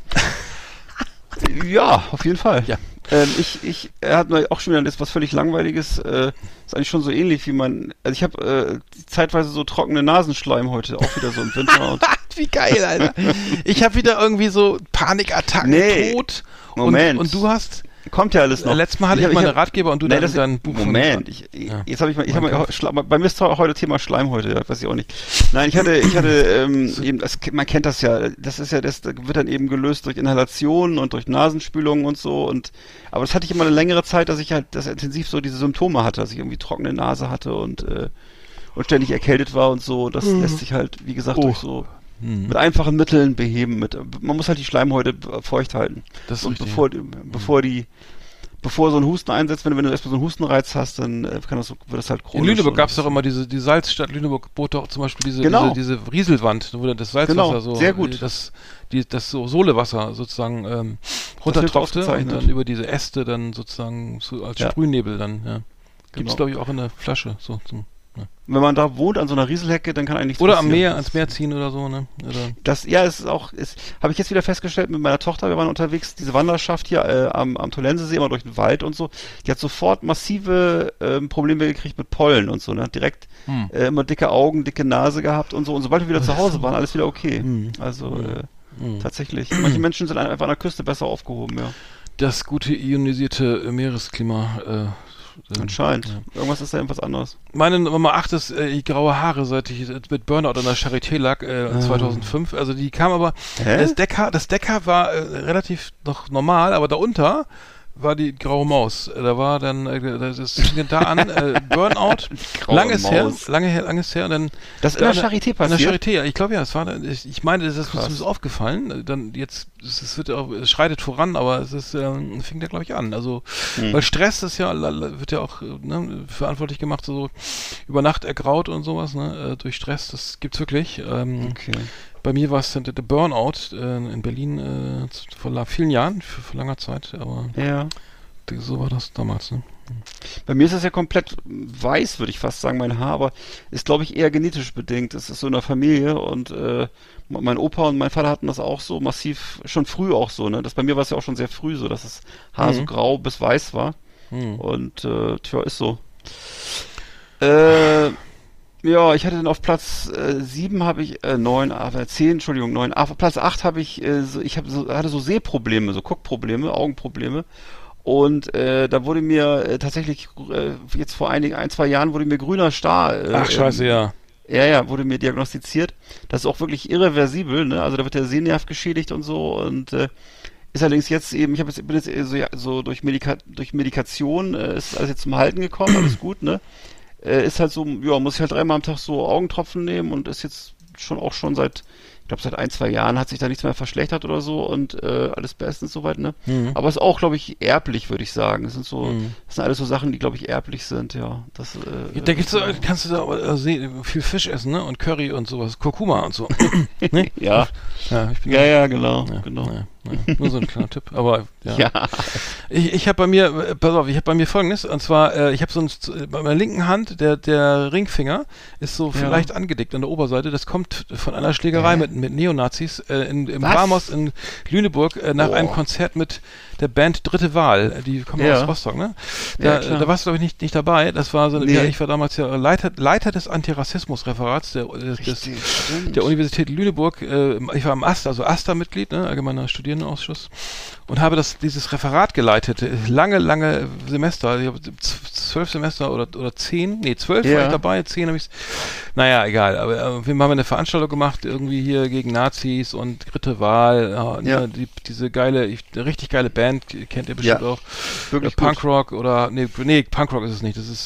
Ja, auf jeden Fall. Ja. Er hat auch schon wieder was völlig Langweiliges, ist eigentlich schon so ähnlich wie also ich habe zeitweise so trockene Nasenschleim heute, auch wieder so im Winter. Wie geil, Alter. Ich habe wieder irgendwie so Panikattacken, Tod. Moment. Und du hast... Kommt ja alles noch. Letztes Mal hatte ich meine Ratgeber und du dein Buch. Moment, jetzt habe bei mir ist heute Thema Schleim heute, weiß ich auch nicht. Nein, ich hatte eben, man kennt das ja, das wird dann eben gelöst durch Inhalation und durch Nasenspülung und so aber das hatte ich immer eine längere Zeit, dass ich halt intensiv so diese Symptome hatte, dass ich irgendwie trockene Nase hatte und ständig erkältet war und so. Das lässt sich halt, wie gesagt, durch so mit einfachen Mitteln beheben. Man muss halt die Schleimhäute feucht halten. Das ist und richtig. bevor so ein Husten einsetzt, wenn du erstmal so einen Hustenreiz hast, dann wird das halt chronisch. In Lüneburg gab es doch immer die Salzstadt Lüneburg bot doch zum Beispiel diese Rieselwand, wo dann das Salzwasser so sehr gut. Das so Solewasser sozusagen runtertropfte und dann über diese Äste dann sozusagen so als Sprühnebel dann, Gibt es, glaube ich, auch in der Flasche so zum. Ja. Wenn man da wohnt, an so einer Rieselhecke, dann kann eigentlich nichts oder passieren. Am Meer, ans Meer ziehen oder so, ne? Es habe ich jetzt wieder festgestellt mit meiner Tochter, wir waren unterwegs, diese Wanderschaft hier am Tollensesee, immer durch den Wald und so, die hat sofort massive Probleme gekriegt mit Pollen und so, ne? Direkt immer dicke Augen, dicke Nase gehabt und so, und sobald wir wieder zu Hause waren, alles wieder okay. Also tatsächlich, manche Menschen sind einfach an der Küste besser aufgehoben, ja. Das gute ionisierte Meeresklima, anscheinend. Ja. Irgendwas ist da irgendwas anderes. Meine Nummer 8 ist graue Haare, seit ich mit Burnout an der Charité lag 2005. Also die kam aber, das Decker war relativ noch normal, aber darunter war die graue Maus. Da war dann, das fing da an, Burnout, langes her und dann... Das in der Charité passiert? In der Charité, ja, ich glaube ja, es war, ich meine, das ist uns aufgefallen, dann jetzt, es schreitet voran, aber es fing da, glaube ich, an, also, weil Stress ist ja, wird ja auch, verantwortlich gemacht, so über Nacht ergraut und sowas, ne, durch Stress, das gibt's wirklich, okay. Bei mir war es der Burnout in Berlin vor vielen Jahren, vor langer Zeit, aber so war das damals. Ne? Bei mir ist das ja komplett weiß, würde ich fast sagen, mein Haar, aber ist, glaube ich, eher genetisch bedingt. Es ist so in der Familie und mein Opa und mein Vater hatten das auch so massiv, schon früh auch so. Ne? Bei mir war es ja auch schon sehr früh so, dass das Haar so grau bis weiß war und ist so. Ja, ich hatte dann auf Platz 7 habe ich 10, Entschuldigung, 9. Auf Platz 8 habe ich hatte so Sehprobleme, so Guckprobleme, Augenprobleme. Und da wurde mir tatsächlich jetzt vor ein, 2 Jahren wurde mir grüner Star. Ach, scheiße, ja. Ja, wurde mir diagnostiziert. Das ist auch wirklich irreversibel, ne? Also da wird der Sehnerv geschädigt und so und ist allerdings jetzt eben, bin jetzt so durch Medikation ist alles jetzt zum Halten gekommen, alles gut, ne? Ist halt so, ja, muss ich halt 3-mal am Tag so Augentropfen nehmen und ist jetzt schon seit 1, 2 Jahren hat sich da nichts mehr verschlechtert oder so und alles bestens soweit, ne? Aber ist auch, glaube ich, erblich, würde ich sagen. Das sind alles so Sachen, die, glaube ich, erblich sind, ja. Das, da kannst du da viel Fisch essen, ne? Und Curry und sowas, Kurkuma und so. Ne? Ja. Ja, genau. Nur so ein kleiner Tipp, aber ja. Ich habe bei mir Folgendes, und zwar, ich habe bei meiner linken Hand, der Ringfinger ist so vielleicht angedickt an der Oberseite, das kommt von einer Schlägerei mit Neonazis im Vamos in Lüneburg nach einem Konzert mit der Band Dritte Wahl, die kommen aus Rostock, ne? Da warst du, glaube ich, nicht dabei, das war so, ich war damals ja Leiter des Antirassismus-Referats der Universität Lüneburg, ich war am AStA-Mitglied, ne? Allgemeiner Studierendenausschuss, und habe dieses Referat geleitet, lange Semester, ich habe 12 Semester oder 10, 12 war ich dabei, 10 habe ich, naja, egal, aber wir haben eine Veranstaltung gemacht, irgendwie hier gegen Nazis und Dritte Wahl, diese richtig geile Band, kennt ihr bestimmt auch, Punkrock oder, Punkrock ist es nicht, das ist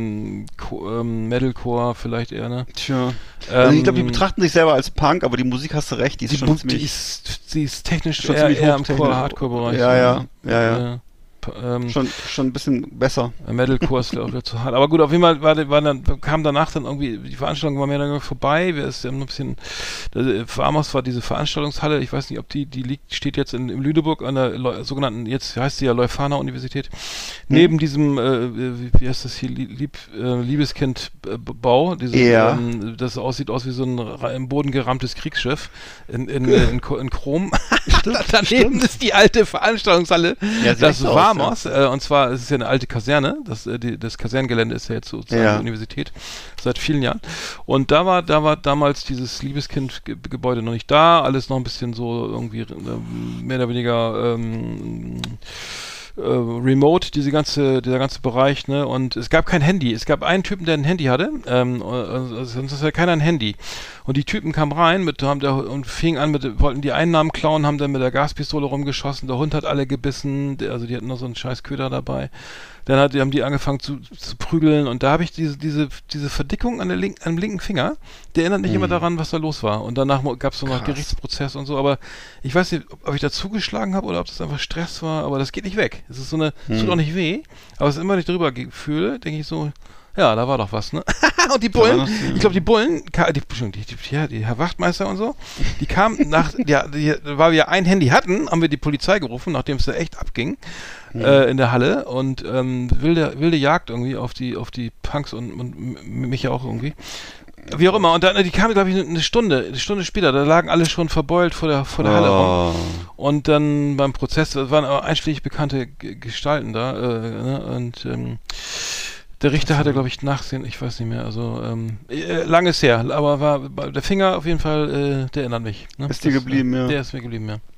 Metalcore vielleicht eher, ne? Tja. Also ich glaube, die betrachten sich selber als Punk, aber die Musik, hast du recht, die ist schon ziemlich... Die ist technisch schon eher im Hardcore-Bereich. Ja. Schon ein bisschen besser. Metalcore ist auch wieder zu hart. Aber gut, auf jeden Fall kam danach dann irgendwie, die Veranstaltung war mehr dann vorbei. Wir ist ja ein bisschen, Vamos war diese Veranstaltungshalle, ich weiß nicht, ob die steht jetzt im Lüneburg an der sogenannten, jetzt heißt sie ja Leuphana-Universität, neben diesem, wie heißt das hier, Liebeskind-Bau, das sieht aus wie so ein im Boden gerahmtes Kriegsschiff in Chrom. Daneben ist die alte Veranstaltungshalle, das Vamos. Und zwar ist es ja eine alte Kaserne, das Kasernengelände ist ja jetzt sozusagen die Universität seit vielen Jahren. Und da war damals dieses Liebeskind-Gebäude noch nicht da, alles noch ein bisschen so irgendwie mehr oder weniger remote, dieser ganze Bereich, ne, und es gab kein Handy. Es gab einen Typen, der ein Handy hatte, sonst ist ja keiner ein Handy. Und die Typen kamen rein und fingen an wollten die Einnahmen klauen, haben dann mit der Gaspistole rumgeschossen, der Hund hat alle gebissen, also die hatten noch so einen scheiß Köder dabei. Dann haben die angefangen zu prügeln, und da habe ich diese Verdickung am linken Finger, der erinnert mich immer daran, was da los war. Und danach gab es noch Gerichtsprozess und so, aber ich weiß nicht, ob ich da zugeschlagen habe oder ob das einfach Stress war, aber das geht nicht weg. Es ist es tut auch nicht weh, aber es ist immer, wenn ich drüber fühle, denke ich so, ja, da war doch was, ne? Und die Bullen, ich glaube, die Herr Wachtmeister und so, die kamen weil wir ein Handy hatten, haben wir die Polizei gerufen, nachdem es da echt abging, in der Halle, und wilde Jagd irgendwie auf die Punks und mich ja auch irgendwie. Wie auch immer, und dann, die kamen, glaube ich, eine Stunde später, da lagen alle schon verbeult vor der Halle rum. Und dann beim Prozess, das waren einschlägig bekannte Gestalten da, ne? Und der Richter hatte, glaube ich, Nachsehen, ich weiß nicht mehr, also lang ist her, aber war der Finger auf jeden Fall, der erinnert mich. Ne? Ist dir geblieben, ja. Der ist mir geblieben, ja.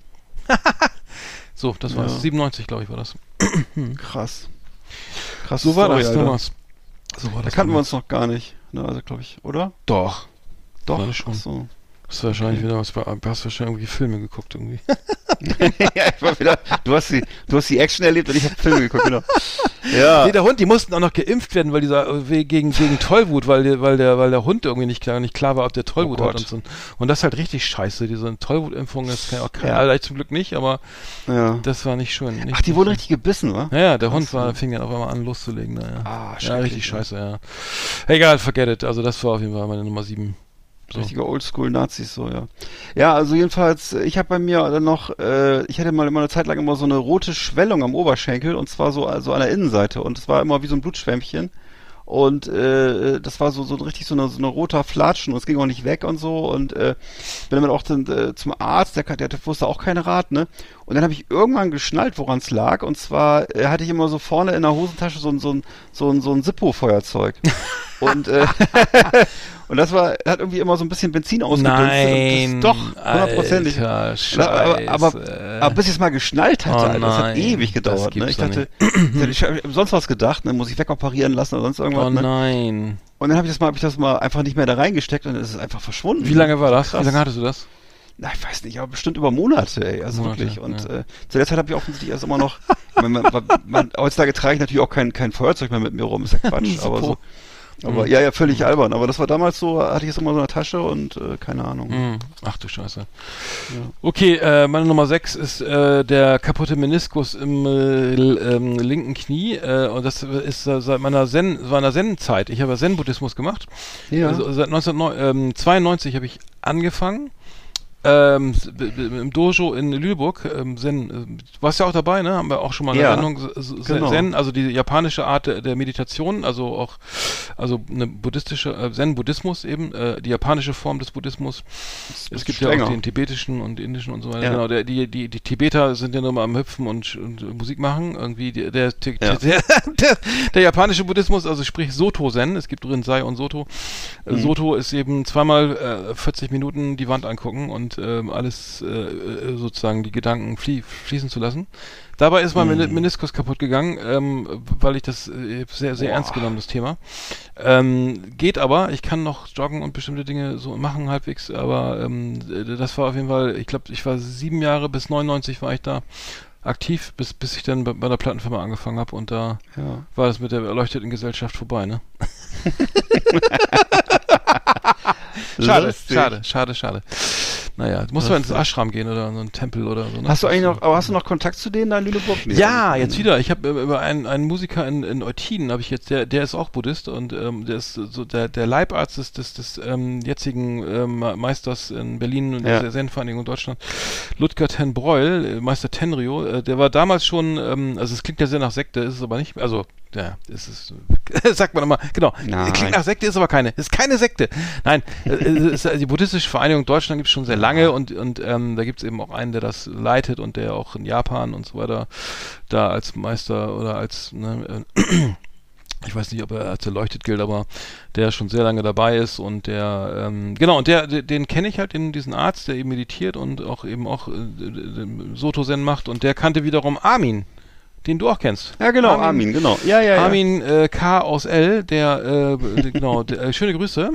So, das war's. 97, glaube ich, war das. Krass. So war das, Thomas. So war das. Da kannten wir uns noch gar nicht, ne, also glaube ich, oder? Doch. Doch, schon. So. Das ist wahrscheinlich wieder was, du hast wahrscheinlich irgendwie Filme geguckt irgendwie. Ja, ich war wieder, du hast die Action erlebt und ich habe Filme geguckt, genau. Ja. Nee, der Hund, die mussten auch noch geimpft werden, weil gegen Tollwut, weil der Hund irgendwie nicht klar war, ob der Tollwut hat und so. Und das ist halt richtig scheiße, diese Tollwutimpfung, das kann ja auch keiner, zum Glück nicht, aber das war nicht schön. Ach, die wurden richtig gebissen, wa? Ja, der Hund fing dann auf einmal an loszulegen. Ja, richtig scheiße, ja. Egal, forget it, also das war auf jeden Fall meine Nummer 7. So. Richtige Oldschool-Nazis, so, ja. Ja, also jedenfalls, ich habe bei mir dann noch, ich hatte mal immer eine Zeit lang immer so eine rote Schwellung am Oberschenkel, und zwar so also an der Innenseite, und es war immer wie so ein Blutschwämmchen, und das war so richtig so eine roter Flatschen, und es ging auch nicht weg und so, und bin dann auch zum Arzt, der wusste auch keinen Rat, ne, und dann habe ich irgendwann geschnallt, woran es lag, und zwar hatte ich immer so vorne in der Hosentasche so ein Zippo-Feuerzeug. Und und das hat irgendwie immer so ein bisschen Benzin ausgedünstet. Nein, doch, 100%. Aber bis ich es mal geschnallt hatte, das hat ewig gedauert. Ne? Ich habe sonst was gedacht, ne? Muss ich wegoperieren lassen oder sonst irgendwas. Oh nein. Ne? Und dann habe ich das mal einfach nicht mehr da reingesteckt und es ist einfach verschwunden. Wie lange war das? Krass. Wie lange hattest du das? Na, ich weiß nicht, aber bestimmt über Monate, ey. Also wirklich. Und zu der Zeit habe ich offensichtlich erst immer noch, heutzutage trage ich natürlich auch kein Feuerzeug mehr mit mir rum, ist ja Quatsch. Aber ja, völlig albern. Aber das war damals so, hatte ich es immer so in der Tasche und keine Ahnung. Ach du Scheiße. Ja. Okay, meine Nummer 6 ist der kaputte Meniskus im linken Knie. Und das ist seit meiner Zen-Zeit. Ich habe Zen-Buddhismus gemacht. Ja. Also, seit 1992 habe ich angefangen. Im Dojo in Lüneburg, Zen, du warst ja auch dabei, ne? Haben wir auch schon mal eine Sendung, genau. Zen, also die japanische Art der Meditation, also eine buddhistische, Zen-Buddhismus eben, die japanische Form des Buddhismus. Es gibt ja auch den tibetischen und indischen und so weiter. Ja. Genau, die Tibeter sind ja nur mal am Hüpfen und Musik machen, irgendwie der japanische Buddhismus, also sprich Soto-Zen, es gibt Rinzai und Soto. Soto ist eben zweimal 40 Minuten die Wand angucken und alles sozusagen die Gedanken fließen zu lassen. Dabei ist mein Meniskus kaputt gegangen, weil ich das sehr, sehr ernst genommen, das Thema. Geht aber, ich kann noch joggen und bestimmte Dinge so machen halbwegs, aber das war auf jeden Fall, ich glaube, ich war 7 Jahre bis 99 war ich da aktiv, bis ich dann bei der Plattenfirma angefangen habe und da war das mit der erleuchteten Gesellschaft vorbei, ne? Schade. Naja, musst du ins Ashram gehen oder in so einen Tempel oder so. Ne? Hast du noch Kontakt zu denen da in Lüneburg? Nee, ja, jetzt wieder. Ich habe über einen Musiker in Eutin, habe ich jetzt, der ist auch Buddhist und der ist so der Leibarzt des jetzigen Meisters in Berlin und der Zen-Vereinigung in Deutschland, Ludger ten Breuel, Meister Tenryo, der war damals schon, also es klingt ja sehr nach Sekte, ist es aber nicht, also ja, sagt man immer, genau. Nein. Klingt nach Sekte, ist aber keine. Ist keine Sekte. Nein, die Buddhistische Vereinigung Deutschland gibt es schon sehr lange und da gibt es eben auch einen, der das leitet und der auch in Japan und so weiter da als Meister oder als, ich weiß nicht, ob er als erleuchtet gilt, aber der schon sehr lange dabei ist und der, und den kenne ich halt, diesen Arzt, der eben meditiert und auch Soto-Zen macht und der kannte wiederum Armin, den du auch kennst. Ja, genau, Armin, genau. Ja. Armin K. aus L., schöne Grüße.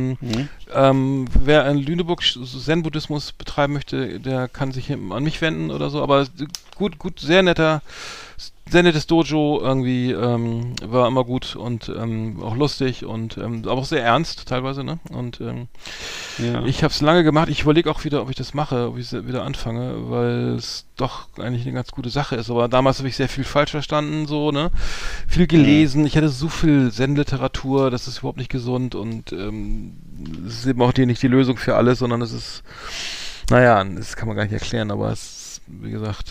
Wer in Lüneburg Zen-Buddhismus betreiben möchte, der kann sich an mich wenden oder so, aber gut, sehr nettes Dojo, irgendwie war immer gut und auch lustig und aber auch sehr ernst teilweise, ne? Und ich habe es lange gemacht. Ich überlege auch wieder, ob ich das mache, ob ich wieder anfange, weil es doch eigentlich eine ganz gute Sache ist. Aber damals habe ich sehr viel falsch verstanden, so, ne? Viel gelesen. Ich hatte so viel Zen-Literatur, das ist überhaupt nicht gesund und es ist eben auch nicht die Lösung für alles, sondern es ist, das kann man gar nicht erklären, aber es ist, wie gesagt,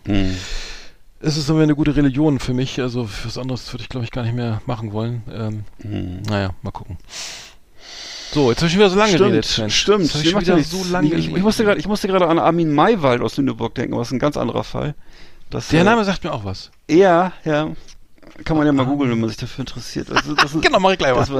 es ist aber eine gute Religion für mich, also für was anderes würde ich, glaube ich, gar nicht mehr machen wollen. Mal gucken. So, jetzt habe ich wieder so lange geredet. Stimmt. Ich musste gerade an Armin Maywald aus Lüneburg denken, aber das ist ein ganz anderer Fall. Der Name sagt mir auch was. Ja. Kann man ja mal googeln, wenn man sich dafür interessiert. Genau, mach ich gleich mal.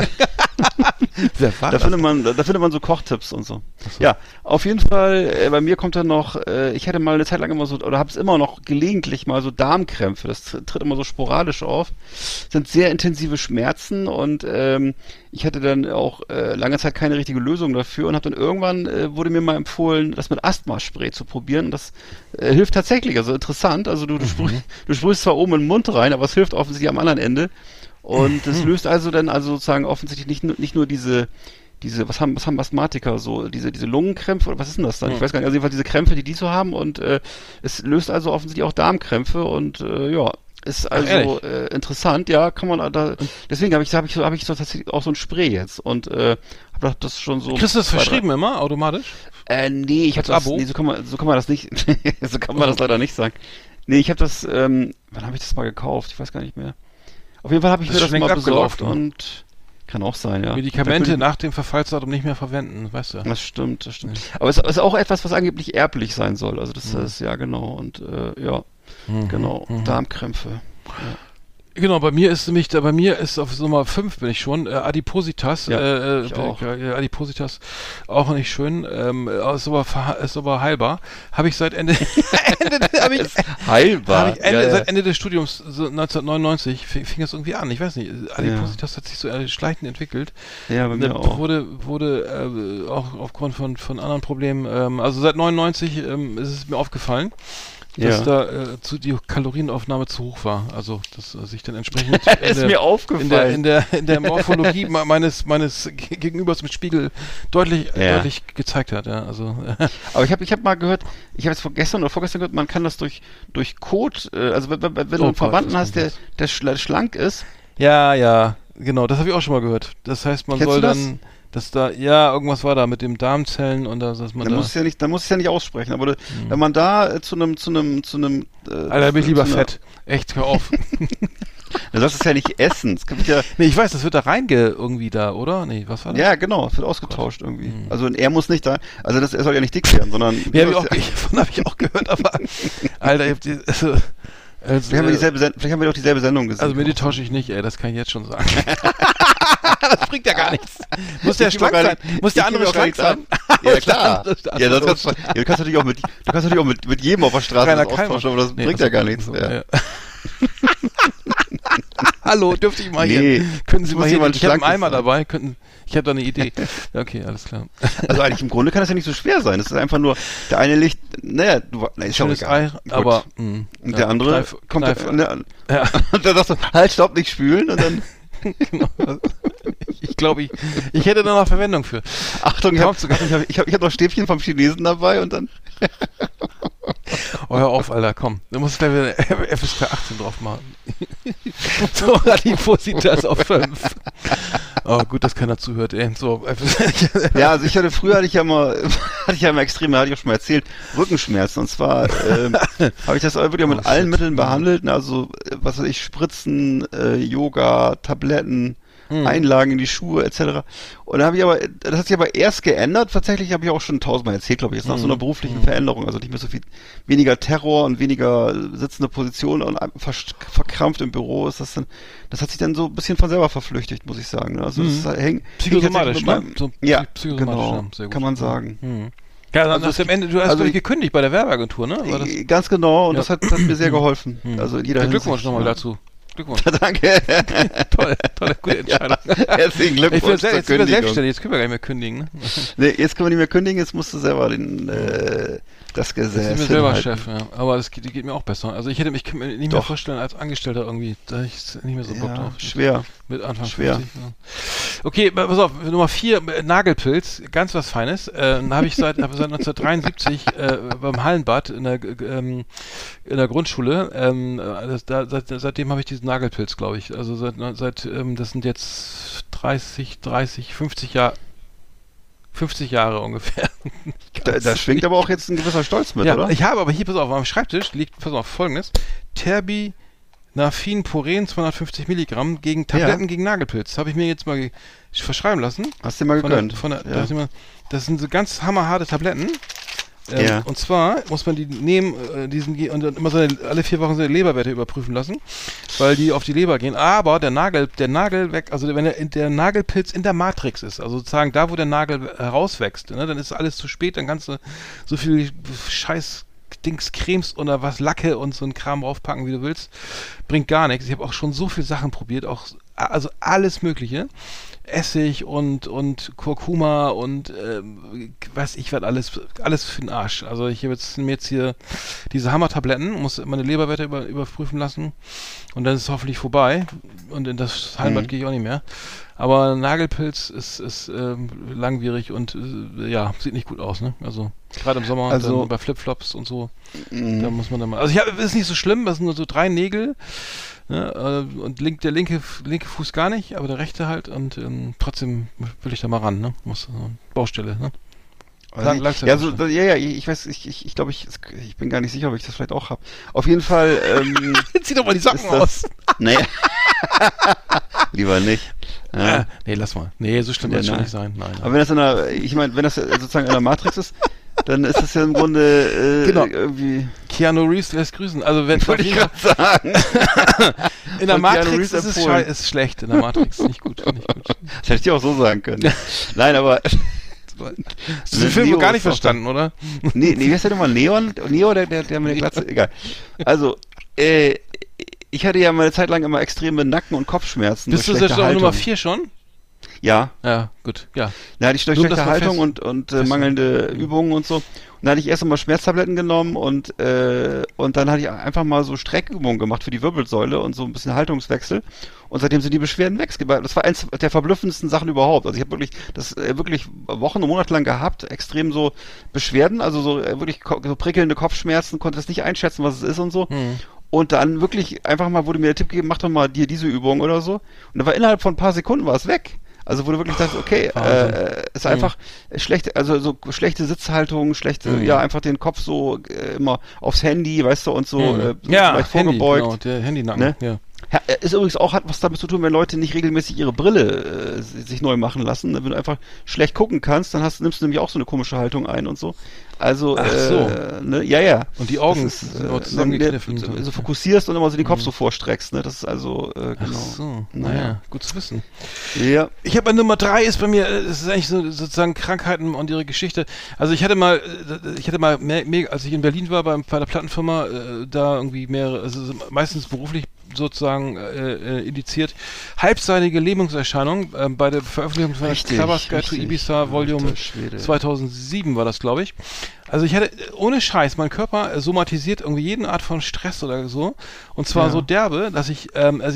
Da findet man so Kochtipps und so. Ja, auf jeden Fall, bei mir kommt dann noch, ich hatte mal eine Zeit lang immer so, oder habe es immer noch gelegentlich mal so Darmkrämpfe. Das tritt immer so sporadisch auf. Sind sehr intensive Schmerzen und ich hatte dann auch lange Zeit keine richtige Lösung dafür und habe dann irgendwann, wurde mir mal empfohlen, das mit Asthma-Spray zu probieren. Und das hilft tatsächlich, also interessant. Also du sprühst zwar oben in den Mund rein, aber es hilft offensichtlich am anderen Ende. Und das löst also dann sozusagen offensichtlich nicht nur diese, was haben Asthmatiker so, diese Lungenkrämpfe, oder was ist denn das dann? Ich weiß gar nicht, also jedenfalls diese Krämpfe, die so haben und es löst also offensichtlich auch Darmkrämpfe und ist also interessant, ja, kann man da, deswegen habe ich so tatsächlich auch so ein Spray jetzt und habe das schon so. Kriegst du das verschrieben immer, automatisch? Nee, ich habe das Abo? Nee, so kann man das nicht, so kann man das leider nicht sagen. Nee, ich habe das, wann habe ich das mal gekauft? Ich weiß gar nicht mehr. Auf jeden Fall habe ich mir das mal besorgt und kann auch sein, ja. Medikamente nach dem Verfallsdatum nicht mehr verwenden, weißt du. Das stimmt. Aber es ist auch etwas, was angeblich erblich sein soll. Also das ist, ja genau. Und genau, Darmkrämpfe. Ja. Genau, bei mir ist auf Nummer 5 bin ich schon, Adipositas, ich auch. Adipositas, auch nicht schön, ist aber heilbar. Habe ich seit Ende, Heilbar? Seit Ende des Studiums, so 1999, fing das irgendwie an, ich weiß nicht, Adipositas hat sich so schleichend entwickelt. Ja, bei mir auch. Wurde auch aufgrund von anderen Problemen, also seit 99 ist es mir aufgefallen, dass da die Kalorienaufnahme zu hoch war. Also, dass sich dann entsprechend ist mir aufgefallen. In der Morphologie meines Gegenübers mit Spiegel deutlich gezeigt hat. Ja, also, aber ich hab mal gehört, ich habe jetzt gestern oder vorgestern gehört, man kann das durch Kot, also wenn du einen Verwandten hast, der schlank ist. Ja, genau, das habe ich auch schon mal gehört. Das heißt, man soll dann... Dass da, irgendwas war da mit dem Darmzellen und dass man da... Muss es ja nicht aussprechen, aber wenn man da zu einem Alter, bin ich lieber fett. Echt, hör auf. Du sollst es ja nicht essen. Es gibt ja... Nee, ich weiß, das wird da irgendwie da, oder? Nee, was war das? Ja, genau, es wird ausgetauscht irgendwie. Also er muss nicht da, also er soll ja nicht dick werden, sondern... Ja, davon habe ich auch gehört, aber... Alter, vielleicht haben wir doch dieselbe Sendung gesehen. Also mit dir tausche ich nicht, das kann ich jetzt schon sagen. Das bringt ja gar nichts. Muss der schlank sein? Muss der andere schlank sein? Ja, klar. Du kannst natürlich auch mit jedem auf der Straße austauschen, aber das bringt ja gar nichts. So, ja. Hallo, dürfte ich mal hier? Können Sie mal hier? Ich habe einen Eimer dabei. Ich habe da eine Idee. Ja, okay, alles klar. Also eigentlich im Grunde kann das ja nicht so schwer sein. Es ist einfach nur, der eine liegt, ist schon egal. Aber der andere kommt und dann sagst du, halt, stopp, nicht spülen und dann... Genau. Ich glaube, ich hätte da noch Verwendung für. Achtung, ich hab noch Stäbchen vom Chinesen dabei und dann... Oh, hör auf, Alter, komm. Du musst gleich wieder FSK 18 drauf machen. So, Adipositas auf 5. Oh, gut, dass keiner zuhört, ey. So, ja, also früher hatte ich ja immer extreme, hatte ich auch schon mal erzählt, Rückenschmerzen. Und zwar habe ich das wirklich mit allen Mitteln behandelt. Also, was weiß ich, Spritzen, Yoga, Tabletten, Einlagen in die Schuhe etc. Und dann das hat sich aber erst geändert. Tatsächlich habe ich auch schon 1000-mal erzählt, glaube ich, jetzt nach so einer beruflichen Veränderung. Also nicht mehr so viel, weniger Terror und weniger sitzende Position und verkrampft im Büro ist das hat sich dann so ein bisschen von selber verflüchtigt, muss ich sagen. Also es hängt psychosomatisch, ne? Ja, genau, sehr gut. Kann man sagen. Ja, dann hast du am Ende, du hast gekündigt bei der Werbeagentur, ne? Ganz genau, und das hat mir sehr geholfen. Also in jeder Glückwunsch nochmal dazu. Glückwunsch. Danke. Tolle, gute Entscheidung. Ja, herzlichen Glückwunsch. Jetzt sind wir selbstständig, jetzt können wir gar nicht mehr kündigen. Ne? Nee, jetzt können wir nicht mehr kündigen, jetzt musst du selber das Gesetz. Ich bin selber Chef, ja. Aber das geht mir auch besser. Also ich könnte mir nicht mehr vorstellen als Angestellter irgendwie. Da habe ich nicht mehr so Bock drauf. Schwer. Mit Anfang 50. Ja. Okay, pass auf, Nummer 4, Nagelpilz, ganz was Feines. Habe ich seit 1973 beim Hallenbad in der Grundschule. Seitdem habe ich diesen Nagelpilz, glaube ich. Also seit das sind jetzt 50 Jahre ungefähr. Da schwingt aber auch jetzt ein gewisser Stolz mit, oder? Ich habe aber hier, pass auf, am Schreibtisch liegt, pass auf, Folgendes. Terbinafin-Puren 250 Milligramm gegen Tabletten gegen Nagelpilz. Habe ich mir jetzt mal verschreiben lassen. Hast du dir mal gegönnt? Das sind so ganz hammerharte Tabletten. Und zwar muss man die nehmen, und dann immer alle 4 Wochen seine Leberwerte überprüfen lassen, weil die auf die Leber gehen. Aber der Nagel also wenn der Nagelpilz in der Matrix ist, also sozusagen da, wo der Nagel herauswächst, ne, dann ist alles zu spät, dann kannst du so viel Scheiß Cremes oder was, Lacke und so ein Kram draufpacken, wie du willst. Bringt gar nichts. Ich habe auch schon so viele Sachen probiert, also alles Mögliche. Essig und Kurkuma und weiß ich was, alles für den Arsch. Also ich habe mir jetzt hier diese Hammertabletten, muss meine Leberwerte überprüfen lassen und dann ist es hoffentlich vorbei und in das Hallenbad gehe ich auch nicht mehr. Aber Nagelpilz ist langwierig und sieht nicht gut aus, ne? Also gerade im Sommer dann bei Flipflops und so, da muss man dann mal. Also ist nicht so schlimm, das sind nur so 3 Nägel. Ne, und der linke Fuß gar nicht, aber der rechte halt und trotzdem will ich da mal ran, ne? Baustelle, ne? Ich weiß, ich glaube, ich bin gar nicht sicher, ob ich das vielleicht auch habe. Auf jeden Fall, zieh doch mal die Socken aus. Naja. Lieber nicht. Ja. Nee, lass mal. Nee, so schlimm wird es schon nicht sein. Nein. Aber wenn das wenn das sozusagen in der Matrix ist, dann ist es ja im Grunde genau. irgendwie... Keanu Reeves lässt grüßen. Also wenn Wollte ich gerade sagen. In der Von Matrix ist es ist schlecht. In der Matrix ist nicht gut. Nicht gut. Das hätte ich auch so sagen können. Nein, aber... Hast du den Film gar nicht verstanden, oder? Nee, wie heißt der nochmal? Neo, der mit der Glatze? Egal. Also, ich hatte ja mal eine Zeit lang immer extreme Nacken- und Kopfschmerzen. Bist du jetzt auch Nummer 4 schon? Ja. Ja, gut, ja. Da hatte ich durch schlechte Haltung und mangelnde Übungen und so. Und dann hatte ich erst einmal Schmerztabletten genommen und dann hatte ich einfach mal so Streckübungen gemacht für die Wirbelsäule und so ein bisschen Haltungswechsel. Und seitdem sind die Beschwerden weg. Das war eins der verblüffendsten Sachen überhaupt. Also ich habe wirklich Wochen und Monate lang gehabt, extrem so Beschwerden, also so wirklich so prickelnde Kopfschmerzen, konnte das nicht einschätzen, was es ist und so. Und dann wirklich einfach mal wurde mir der Tipp gegeben, mach doch mal dir diese Übung oder so. Und dann war innerhalb von ein paar Sekunden war es weg. Also wo du wirklich dachtest, okay, ist einfach schlechte, also so schlechte Sitzhaltung, schlechte, einfach den Kopf so immer aufs Handy, weißt du, und so, vielleicht vorgebeugt. Genau, der Handynacken, ne? ja. Ist übrigens auch, hat was damit zu tun, wenn Leute nicht regelmäßig ihre Brille sich neu machen lassen. Wenn du einfach schlecht gucken kannst, dann nimmst du nämlich auch so eine komische Haltung ein und so. Also, ne, ja. Und die Augen zusammengekniffen. So fokussierst und immer so den Kopf so vorstreckst, ne? Das ist also, genau. Ach so, naja, gut zu wissen. Ja. Ich habe Nummer 3 ist bei mir, das ist eigentlich so, sozusagen Krankheiten und ihre Geschichte. Also ich hatte mal, als ich in Berlin war bei der Plattenfirma, da irgendwie mehrere, also meistens beruflich sozusagen indiziert, halbseitige Lähmungserscheinung bei der Veröffentlichung von Clubbers Guide to Ibiza Volume 2007 war das, glaube ich. Also ich hatte, ohne Scheiß, mein Körper somatisiert irgendwie jede Art von Stress oder so, und zwar so derbe, dass ich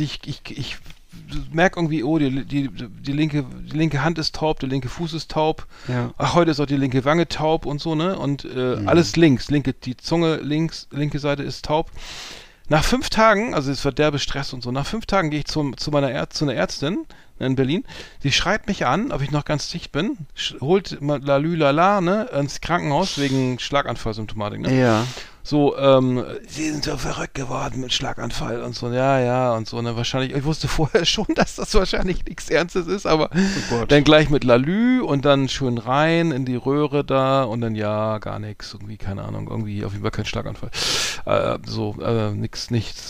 merke irgendwie, oh, die linke Hand ist taub, der linke Fuß ist taub, ach, heute ist auch die linke Wange taub und so, ne, und alles links, die Zunge links, linke Seite ist taub. Nach 5 Tagen, also es war derbe Stress und so, nach 5 Tagen gehe ich zu einer Ärztin in Berlin, die schreit mich an, ob ich noch ganz dicht bin, holt Lalülala, ne, ins Krankenhaus wegen Schlaganfallsymptomatik, ne? Ja. So, sie sind so verrückt geworden mit Schlaganfall und so, ja, und so, ne, wahrscheinlich, ich wusste vorher schon, dass das wahrscheinlich nichts Ernstes ist, aber dann gleich mit Lalü und dann schön rein in die Röhre da und dann gar nichts, irgendwie, keine Ahnung, irgendwie auf jeden Fall kein Schlaganfall. Nichts,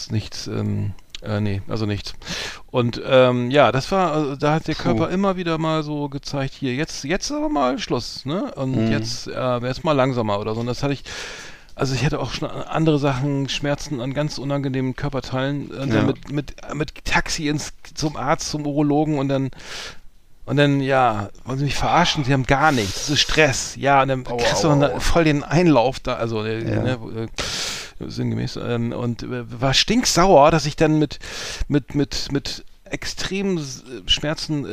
nee, also nichts. Und das war, also, da hat der Körper immer wieder mal so gezeigt, hier, jetzt aber mal Schluss, ne? Und jetzt mal langsamer oder so. Und das hatte ich, also ich hatte auch schon andere Sachen, Schmerzen an ganz unangenehmen Körperteilen, dann mit Taxi zum Arzt, zum Urologen und dann wollen sie mich verarschen, sie haben gar nichts, das ist Stress, und dann kriegst du voll den Einlauf da, also sinngemäß, und war stinksauer, dass ich dann mit extremen Schmerzen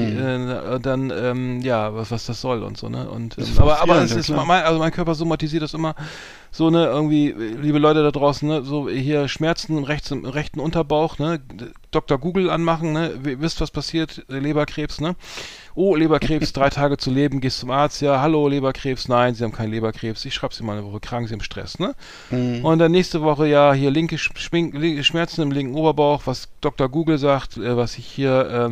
was das soll und so, ne? Und aber es ist mein Körper somatisiert das immer so, ne, irgendwie, liebe Leute da draußen, ne, so hier Schmerzen im rechten Unterbauch, ne, Dr. Google anmachen, ne, wisst, was passiert, Leberkrebs, ne? Oh, Leberkrebs, 3 Tage zu leben, gehst zum Arzt, ja, hallo, Leberkrebs, nein, Sie haben keinen Leberkrebs, ich schreibe Sie mal eine Woche krank, Sie haben Stress, ne? Und dann nächste Woche, hier linke Schmerzen im linken Oberbauch, was Dr. Google sagt, was ich hier,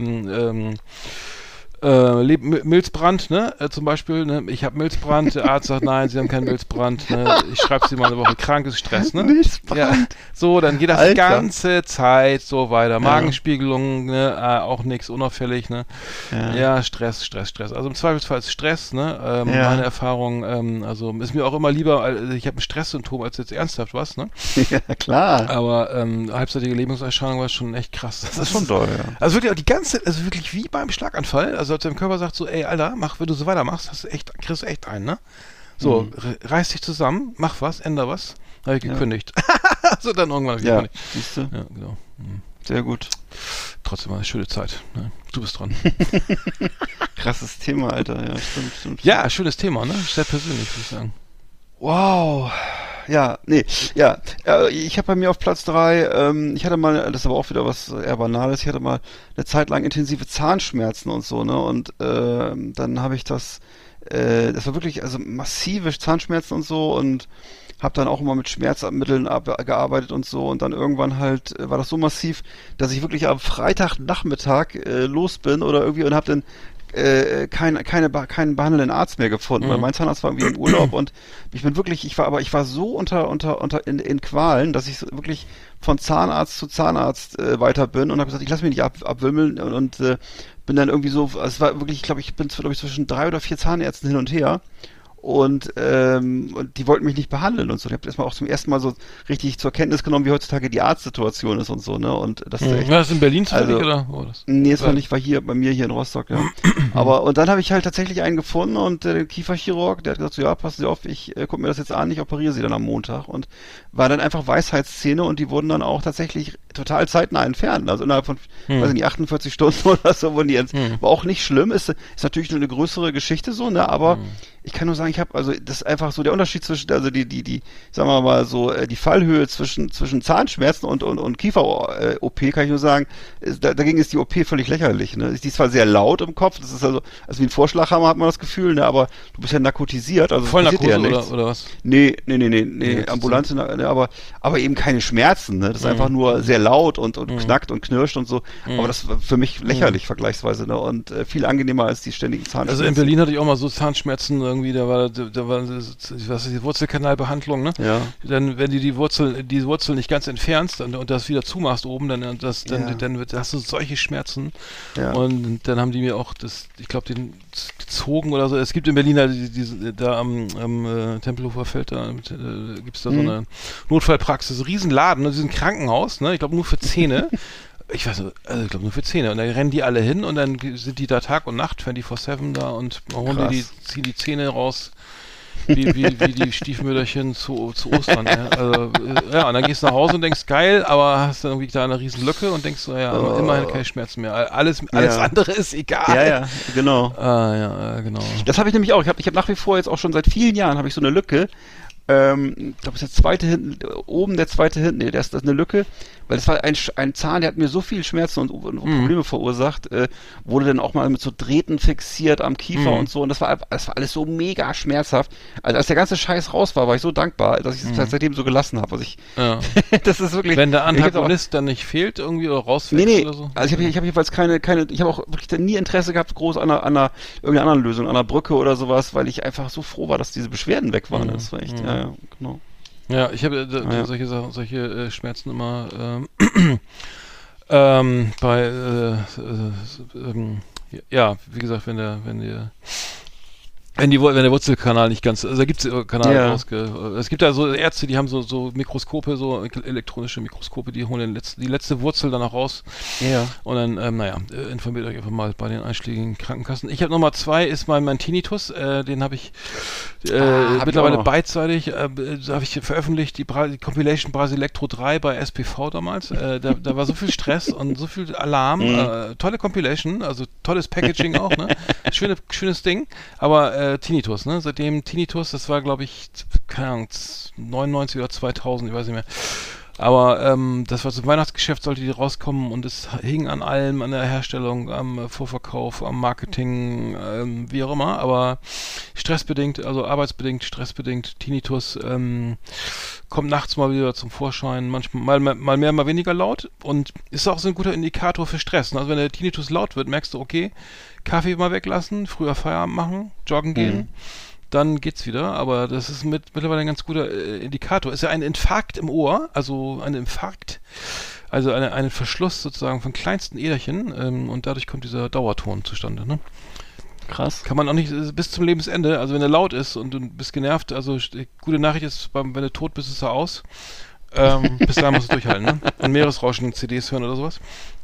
Milzbrand, ne, zum Beispiel, ne, ich habe Milzbrand, der Arzt sagt, nein, Sie haben keinen Milzbrand, ne, ich schreibe Sie mal eine Woche krank, ist Stress, ne? Milzbrand. Ja, so, dann geht das die ganze Zeit so weiter, Magenspiegelung, ne, auch nichts, unauffällig, ne, Stress, also im Zweifelsfall ist Stress, ne, meine Erfahrung, also ist mir auch immer lieber, ich habe ein Stresssymptom als jetzt ernsthaft was, ne? Ja, klar. Aber halbseitige Lähmungserscheinung war schon echt krass. Das ist schon toll, ja. Also wirklich auch wirklich wie beim Schlaganfall, also als dein Körper sagt so, ey, Alter, wenn du so weitermachst, kriegst du echt einen, ne? So, reiß dich zusammen, mach was, änder was. Habe ich gekündigt. So, dann irgendwann wieder gekündigt. Siehst du? Ja, genau. Sehr gut. Trotzdem eine schöne Zeit. Ne? Du bist dran. Krasses Thema, Alter. Ja, stimmt. Ja, schönes Thema, ne? Sehr persönlich, würde ich sagen. Wow. Ich habe bei mir auf Platz 3, ich hatte mal, das ist aber auch wieder was eher Banales, ich hatte mal eine Zeit lang intensive Zahnschmerzen und so, ne, und dann habe ich das war wirklich, also massive Zahnschmerzen und so, und habe dann auch immer mit Schmerzmitteln gearbeitet und so, und dann irgendwann halt war das so massiv, dass ich wirklich am Freitagnachmittag los bin oder irgendwie und habe dann keinen behandelnden Arzt mehr gefunden, weil mein Zahnarzt war irgendwie im Urlaub und ich war so in Qualen, dass ich so wirklich von Zahnarzt zu Zahnarzt weiter bin und habe gesagt, ich lasse mich nicht abwimmeln und bin dann irgendwie so, es war wirklich, ich bin zwischen 3 oder 4 Zahnärzten hin und her. Und die wollten mich nicht behandeln und so. Ich habe erstmal auch zum ersten Mal so richtig zur Kenntnis genommen, wie heutzutage die Arztsituation ist und so, ne? Und das ist echt, war das in Berlin zufällig, oder? Wo das? Nee, es war nicht, war hier bei mir hier in Rostock, ja. Und dann habe ich halt tatsächlich einen gefunden und der Kieferchirurg, der hat gesagt, so, ja, passen Sie auf, ich gucke mir das jetzt an, ich operiere Sie dann am Montag. Und war dann einfach Weisheitszähne und die wurden dann auch tatsächlich total zeitnah entfernt. Also innerhalb von, weiß ich nicht, 48 Stunden oder so wurden die jetzt. War auch nicht schlimm, ist natürlich nur eine größere Geschichte so, ne? Aber ich kann nur sagen, das ist einfach so der Unterschied zwischen, also sagen wir mal so, die Fallhöhe zwischen Zahnschmerzen und Kiefer-OP, kann ich nur sagen, dagegen ist die OP völlig lächerlich, ne? Die ist zwar sehr laut im Kopf, das ist also wie ein Vorschlaghammer, hat man das Gefühl, ne? Aber du bist ja narkotisiert, also Vollnarkose ja nichts. Oder was? Nee, ambulante, ne, aber eben keine Schmerzen, ne? Das ist einfach nur sehr laut und knackt und knirscht und so, aber das war für mich lächerlich vergleichsweise, ne? Und viel angenehmer als die ständigen Zahnschmerzen. Also in Berlin hatte ich auch mal so Zahnschmerzen irgendwie, da war was ist die Wurzelkanalbehandlung, ne? Ja. Dann, wenn du die Wurzel nicht ganz entfernst und das wieder zumachst oben, dann hast du solche Schmerzen. Ja. Und dann haben die mir auch ich glaube, den gezogen oder so. Es gibt in Berlin halt da am Tempelhofer Feld, da gibt es da so eine Notfallpraxis, Riesenladen, ne? Diesen Krankenhaus, ne? Ich glaube nur für Zähne. Ich weiß nicht, also ich glaube nur für Zähne. Und dann rennen die alle hin und dann sind die da Tag und Nacht, 24/7 da und ziehen die Zähne raus, wie die Stiefmütterchen zu Ostern. Ja. Also, und dann gehst du nach Hause und denkst, geil, aber hast dann irgendwie da eine riesen Lücke und denkst so, ja, immerhin keine Schmerzen mehr. Alles andere ist egal. Ja, genau. Genau. Das habe ich nämlich auch. Ich hab nach wie vor jetzt auch schon seit vielen Jahren habe ich so eine Lücke. Ich glaube, das ist der zweite hinten, oben der zweite hinten, nee, das ist eine Lücke, weil das war ein Zahn, der hat mir so viel Schmerzen und Probleme verursacht, wurde dann auch mal mit so Drähten fixiert am Kiefer und so und das war alles so mega schmerzhaft. Also als der ganze Scheiß raus war ich so dankbar, dass ich es seitdem so gelassen habe. Also das ist wirklich... Wenn der Antagonist dann nicht fehlt irgendwie oder rausfällt oder so? Also ich habe jedenfalls ich habe auch wirklich nie Interesse gehabt, groß an irgendeiner anderen Lösung, an einer Brücke oder sowas, weil ich einfach so froh war, dass diese Beschwerden weg waren. Das war echt, ja, genau. Ja, ich habe solche Schmerzen immer wie gesagt, wenn der Wurzelkanal nicht ganz, also da gibt es Kanal es gibt da so Ärzte, die haben so Mikroskope, so elektronische Mikroskope, die holen die letzte Wurzel dann auch raus. Ja. Und dann, informiert euch einfach mal bei den einschlägigen Krankenkassen. Ich habe Nummer 2, ist mein Tinnitus, den habe ich mittlerweile beidseitig, habe ich veröffentlicht, die Compilation Brasilektro 3 bei SPV damals. Da war so viel Stress und so viel Alarm, tolle Compilation, also tolles Packaging auch, ne? Schönes Ding, aber Tinnitus, ne? Seitdem Tinnitus, das war glaube ich, keine Ahnung, 99 oder 2000, ich weiß nicht mehr. Aber das war zum Weihnachtsgeschäft, sollte die rauskommen und es hing an allem, an der Herstellung, am Vorverkauf, am Marketing, wie auch immer, aber stressbedingt, also arbeitsbedingt, stressbedingt, Tinnitus kommt nachts mal wieder zum Vorschein, manchmal mal mehr, mal weniger laut und ist auch so ein guter Indikator für Stress. Also wenn der Tinnitus laut wird, merkst du, okay, Kaffee mal weglassen, früher Feierabend machen, joggen gehen, dann geht's wieder, aber das ist mittlerweile ein ganz guter Indikator. Ist ja ein Infarkt im Ohr, also ein Infarkt, also ein Verschluss sozusagen von kleinsten Äderchen und dadurch kommt dieser Dauerton zustande, ne? Krass. Kann man auch nicht bis zum Lebensende, also wenn er laut ist und du bist genervt, also gute Nachricht ist, wenn du tot bist, ist er aus. Bis dahin musst du durchhalten, ne? Und Meeresrauschen CDs hören oder sowas.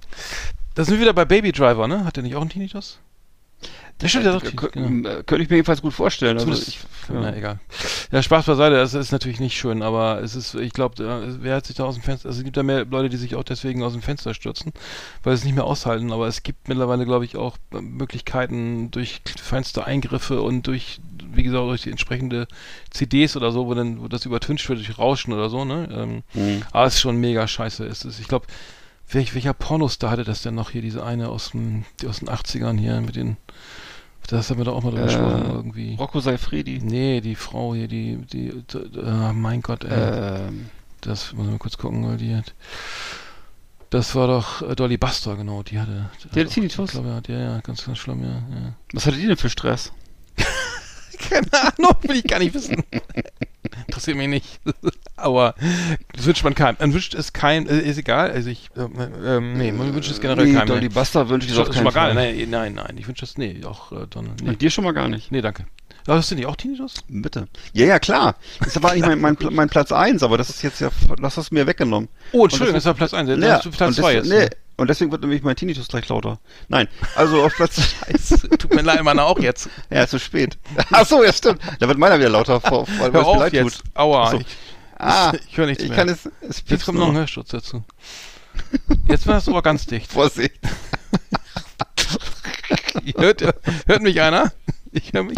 Da sind wir wieder bei Baby Driver, ne? Hat der nicht auch einen Tinnitus? Das stimmt, könnte ich mir jedenfalls gut vorstellen. Also egal. Ja, Spaß beiseite, das ist natürlich nicht schön, aber es ist, ich glaube, wer hat sich da aus dem Fenster, also es gibt ja mehr Leute, die sich auch deswegen aus dem Fenster stürzen, weil sie es nicht mehr aushalten, aber es gibt mittlerweile, glaube ich, auch Möglichkeiten durch feinste Eingriffe und durch, wie gesagt, durch die entsprechende CDs oder so, wo das übertüncht wird durch Rauschen oder so, ne? Aber es ist schon mega scheiße. Ich glaube, welcher Pornostar hatte das denn noch hier, diese eine aus den 80ern hier mit den, das haben wir doch auch mal drüber gesprochen, irgendwie. Rocco Seifredi. Nee, die Frau hier, mein Gott, ey. Das muss ich mal kurz gucken, weil die hat, Das war doch Dolly Buster, genau, die hatte Tinnitus? Ich glaube, ja, ganz, ganz schlimm, ja. Was hatte die denn für Stress? Keine Ahnung, will ich gar nicht wissen. Interessiert mich nicht. Aber das wünscht man keinem. Man wünscht es keinem, ist egal. Also man wünscht es generell keinem. Dolly Buster wünscht es auf keinen Fall. Nein, ich wünsche es, auch Donald. Nee. Und dir schon mal gar nicht? Nee, danke. Aber hast du nicht auch Tinnitus? Bitte. Ja, klar. Das war eigentlich mein Platz 1, aber das ist jetzt das hast du mir weggenommen. Oh, Entschuldigung, das war Platz 1. Ja, hast du Platz 2 jetzt. Nee. Und deswegen wird nämlich mein Tinnitus gleich lauter. Nein, also auf Platz 1. Tut mir leid, meiner auch jetzt. Ja, zu spät. Ach so, ja, stimmt. Da wird meiner wieder lauter, weil es mir leid jetzt. tut. Aua. So. Ich höre nichts mehr. Kann es jetzt kommt noch ein Hörsturz dazu. Jetzt war das Ohr ganz dicht. Vorsicht. Hört mich einer? Ich höre mich.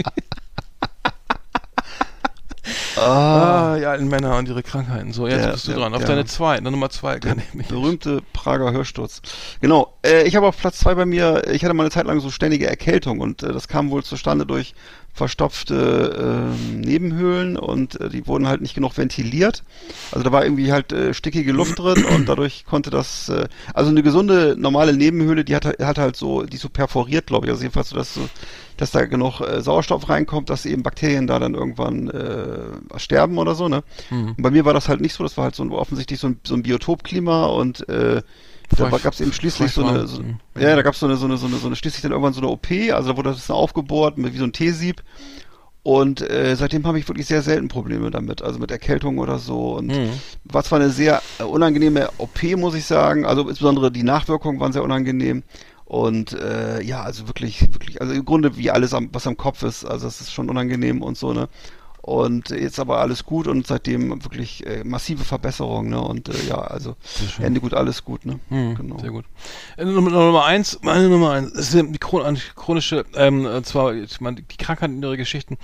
Die alten Männer und ihre Krankheiten. So, jetzt bist du dran. Auf deine Nummer 2 kann ich mich. Berühmte Prager Hörsturz. Genau. Ich habe auf Platz 2 bei mir, ich hatte mal eine Zeit lang so ständige Erkältung und das kam wohl zustande durch verstopfte Nebenhöhlen und die wurden halt nicht genug ventiliert. Also da war irgendwie halt stickige Luft drin und dadurch konnte das, also eine gesunde, normale Nebenhöhle, die hat halt so, die ist so perforiert, glaube ich. Also jedenfalls so, dass da genug Sauerstoff reinkommt, dass eben Bakterien da dann irgendwann sterben oder so, ne? Mhm. Und bei mir war das halt nicht so, das war halt so offensichtlich so ein Biotopklima und da gab es eben schließlich da gab es schließlich dann irgendwann so eine OP, also da wurde das dann aufgebohrt, wie so ein T-Sieb. Und seitdem habe ich wirklich sehr selten Probleme damit, also mit Erkältung oder so. Und war zwar eine sehr unangenehme OP, muss ich sagen, also insbesondere die Nachwirkungen waren sehr unangenehm. Und also wirklich, also im Grunde wie alles, was am Kopf ist, also das ist schon unangenehm und so, ne? Und jetzt aber alles gut und seitdem wirklich massive Verbesserungen, ne? Und also Ende gut, alles gut, ne? Genau. Sehr gut. Nummer 1, meine Nummer 1, ist die chronische, zwar die Krankheit in ihre Geschichten,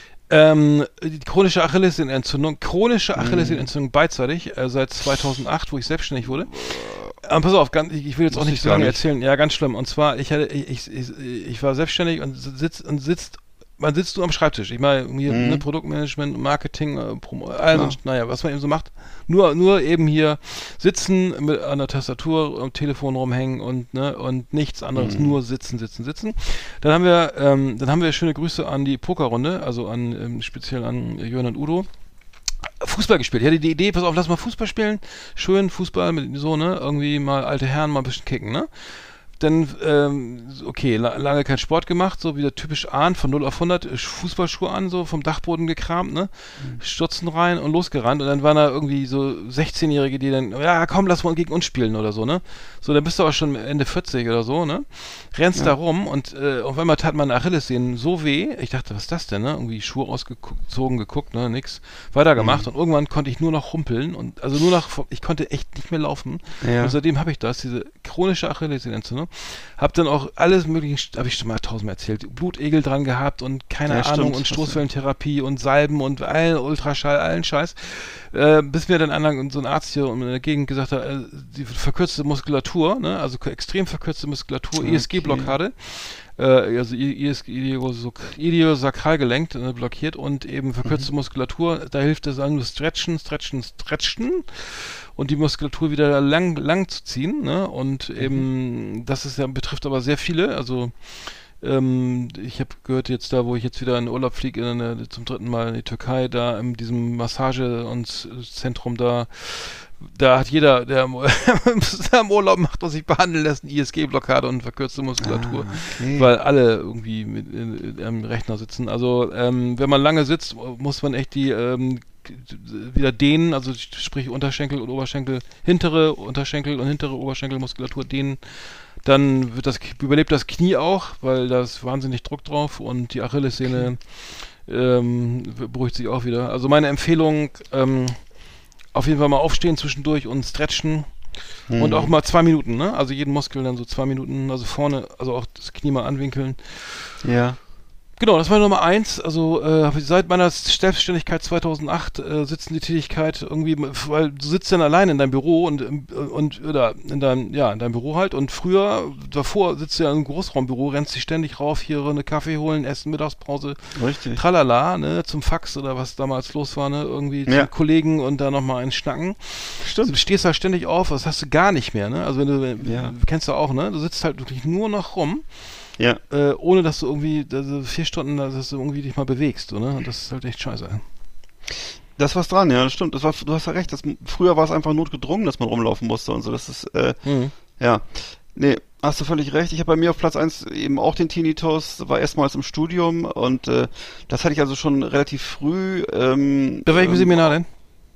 die chronische Achillessehnenentzündung beidseitig, seit 2008, wo ich selbstständig wurde. Aber pass auf, ich will jetzt auch nicht so lange erzählen. Ja, ganz schlimm. Und zwar, ich war selbstständig und man sitzt nur am Schreibtisch. Ich meine, hier Produktmanagement, Marketing, was man eben so macht. Nur eben hier sitzen, an der Tastatur, am Telefon rumhängen und nichts anderes, nur sitzen. Dann haben wir schöne Grüße an die Pokerrunde, also speziell an Jörn und Udo. Fußball gespielt. Ich hatte die Idee, pass auf, lass mal Fußball spielen. Schön Fußball mit so, ne? Irgendwie mal alte Herren mal ein bisschen kicken, ne? Dann, lange kein Sport gemacht, so wie der typisch Ahn, von 0 auf 100, Fußballschuhe an, so vom Dachboden gekramt, ne? Stürzen rein und losgerannt und dann waren da irgendwie so 16-Jährige, die dann, ja komm, lass mal gegen uns spielen oder so, ne? So, dann bist du aber schon Ende 40 oder so, ne? Rennst da rum und auf einmal tat meine Achillessehnen so weh, ich dachte, was ist das denn, ne? Irgendwie Schuhe ausgezogen, geguckt, ne? Nix, weitergemacht und irgendwann konnte ich nur noch humpeln und also ich konnte echt nicht mehr laufen. Ja. Und seitdem habe ich diese chronische Achillessehnenentzündung. Hab dann auch alles mögliche, habe ich schon mal 1000-mal erzählt, Blutegel dran gehabt und keine Ahnung stimmt, und Stoßwellentherapie und Salben und Ultraschall, allen Scheiß. Bis mir dann so ein Arzt hier in der Gegend gesagt hat, die verkürzte Muskulatur, ne, also extrem verkürzte Muskulatur, ISG-Blockade, also Iliosakralgelenk blockiert und eben verkürzte Muskulatur, da hilft es an, stretchen und die Muskulatur wieder lang zu ziehen, ne? Und eben, betrifft aber sehr viele, also ich habe gehört jetzt da, wo ich jetzt wieder in Urlaub fliege, zum 3. Mal in die Türkei, da in diesem Massage- und Zentrum da hat jeder, der im Urlaub macht und sich behandeln lässt, eine ISG-Blockade und verkürzte Muskulatur, weil alle irgendwie am Rechner sitzen. Also wenn man lange sitzt, muss man echt die wieder dehnen, also sprich Unterschenkel und Oberschenkel, hintere Unterschenkel und hintere Oberschenkelmuskulatur dehnen. Dann überlebt das Knie auch, weil da ist wahnsinnig Druck drauf und die Achillessehne beruhigt sich auch wieder. Also meine Empfehlung, auf jeden Fall mal aufstehen zwischendurch und stretchen und auch mal 2 Minuten, ne? Also jeden Muskel dann so 2 Minuten, also vorne, also auch das Knie mal anwinkeln. Ja. Genau, das war Nummer 1. Also seit meiner Selbstständigkeit 2008 sitzen die Tätigkeit irgendwie, weil du sitzt dann allein in deinem Büro und oder in deinem Büro halt. Und früher, davor sitzt du ja im Großraumbüro, rennst dich ständig rauf, hier eine Kaffee holen, essen, Mittagspause, Richtig. tralala, ne, zum Fax oder was damals los war, ne, irgendwie Ja. zu Kollegen und da nochmal einen schnacken. Stimmt. Also, du stehst da ständig auf, das hast du gar nicht mehr, ne? Also wenn du, Ja. kennst du auch, ne? Du sitzt halt wirklich nur noch rum. Ja. Ohne dass du irgendwie 4 Stunden, dass du irgendwie dich mal bewegst, so, ne? Und das ist halt echt scheiße. Da ist was dran, ja, das stimmt. Du hast ja recht. Früher war es einfach notgedrungen, dass man rumlaufen musste und so. Das ist, ja. Nee, hast du völlig recht. Ich habe bei mir auf Platz 1 eben auch den Tinnitus, war erstmals im Studium und das hatte ich also schon relativ früh. Bei welchem Seminar denn?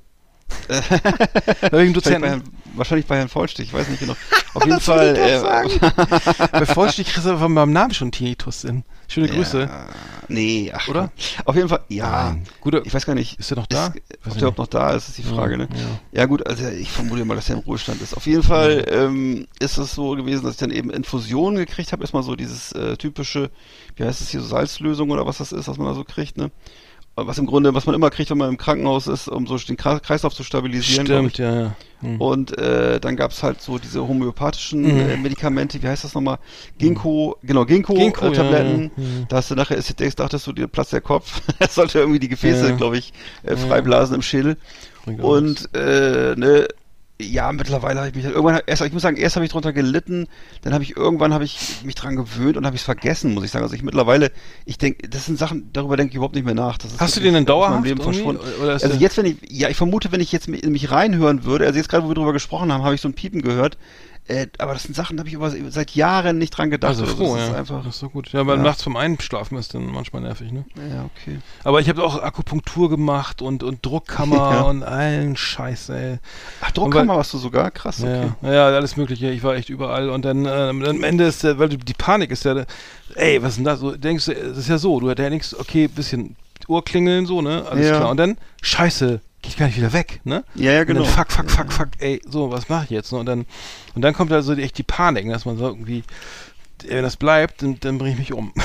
Bei welchem Dozenten? Wahrscheinlich bei Herrn Vollstich, ich weiß nicht genau. Auf jeden Fall. Bei Vollstich kriegst du von meinem Namen schon Tinnitus hin. Schöne Grüße. Nee, ach. Oder? Auf jeden Fall, ja. Nein. Guter, ich weiß gar nicht. Ist er noch da? Ob der überhaupt noch da ist, ist die Frage, ne? Ja. Ja gut, also ich vermute mal, dass er im Ruhestand ist. Auf jeden Fall ist es so gewesen, dass ich dann eben Infusionen gekriegt habe. Erstmal so dieses typische, wie heißt es hier, so Salzlösung oder was das ist, was man da so kriegt, ne? Was man immer kriegt, wenn man im Krankenhaus ist, um so den Kreislauf zu stabilisieren. Stimmt, ja. Und dann gab's halt so diese homöopathischen Medikamente, wie heißt das nochmal? Ginkgo-Tabletten. Ja. Da hast du nachher, dachtest du, dir platzt der Kopf. Es sollte irgendwie die Gefäße, glaube ich, freiblasen im Schädel. Und ja, mittlerweile habe ich mich halt ich muss sagen, erst habe ich drunter gelitten, dann habe ich mich dran gewöhnt und habe ich es vergessen, muss ich sagen. Also ich denke, das sind Sachen, darüber denke ich überhaupt nicht mehr nach. Das ist Hast du den denn dauerhaft aus meinem Leben verschwunden? Also jetzt, ich vermute, wenn ich jetzt in mich reinhören würde, also jetzt gerade, wo wir drüber gesprochen haben, habe ich so ein Piepen gehört. Aber das sind Sachen, da habe ich aber seit Jahren nicht dran gedacht. Also froh, das ja. ist einfach, das ist so gut. Ja, aber nachts vom Einschlafen ist dann manchmal nervig, ne? Ja, okay. Aber ich habe auch Akupunktur gemacht und Druckkammer und allen Scheiß, ey. Ach, Druckkammer warst du sogar? Krass, okay. Ja, alles mögliche. Ich war echt überall. Und dann am Ende ist weil die Panik ist ja, ey, was ist denn das? So, denkst du, es ist ja so, du denkst, okay, bisschen Ohrklingeln, so, ne? Alles klar. Und dann, Scheiße, geht gar nicht wieder weg, ne? Ja, genau. Und dann fuck, ey, so, was mache ich jetzt? Ne? Und dann kommt also echt die Panik, ne? Dass man so irgendwie, wenn das bleibt, dann bringe ich mich um.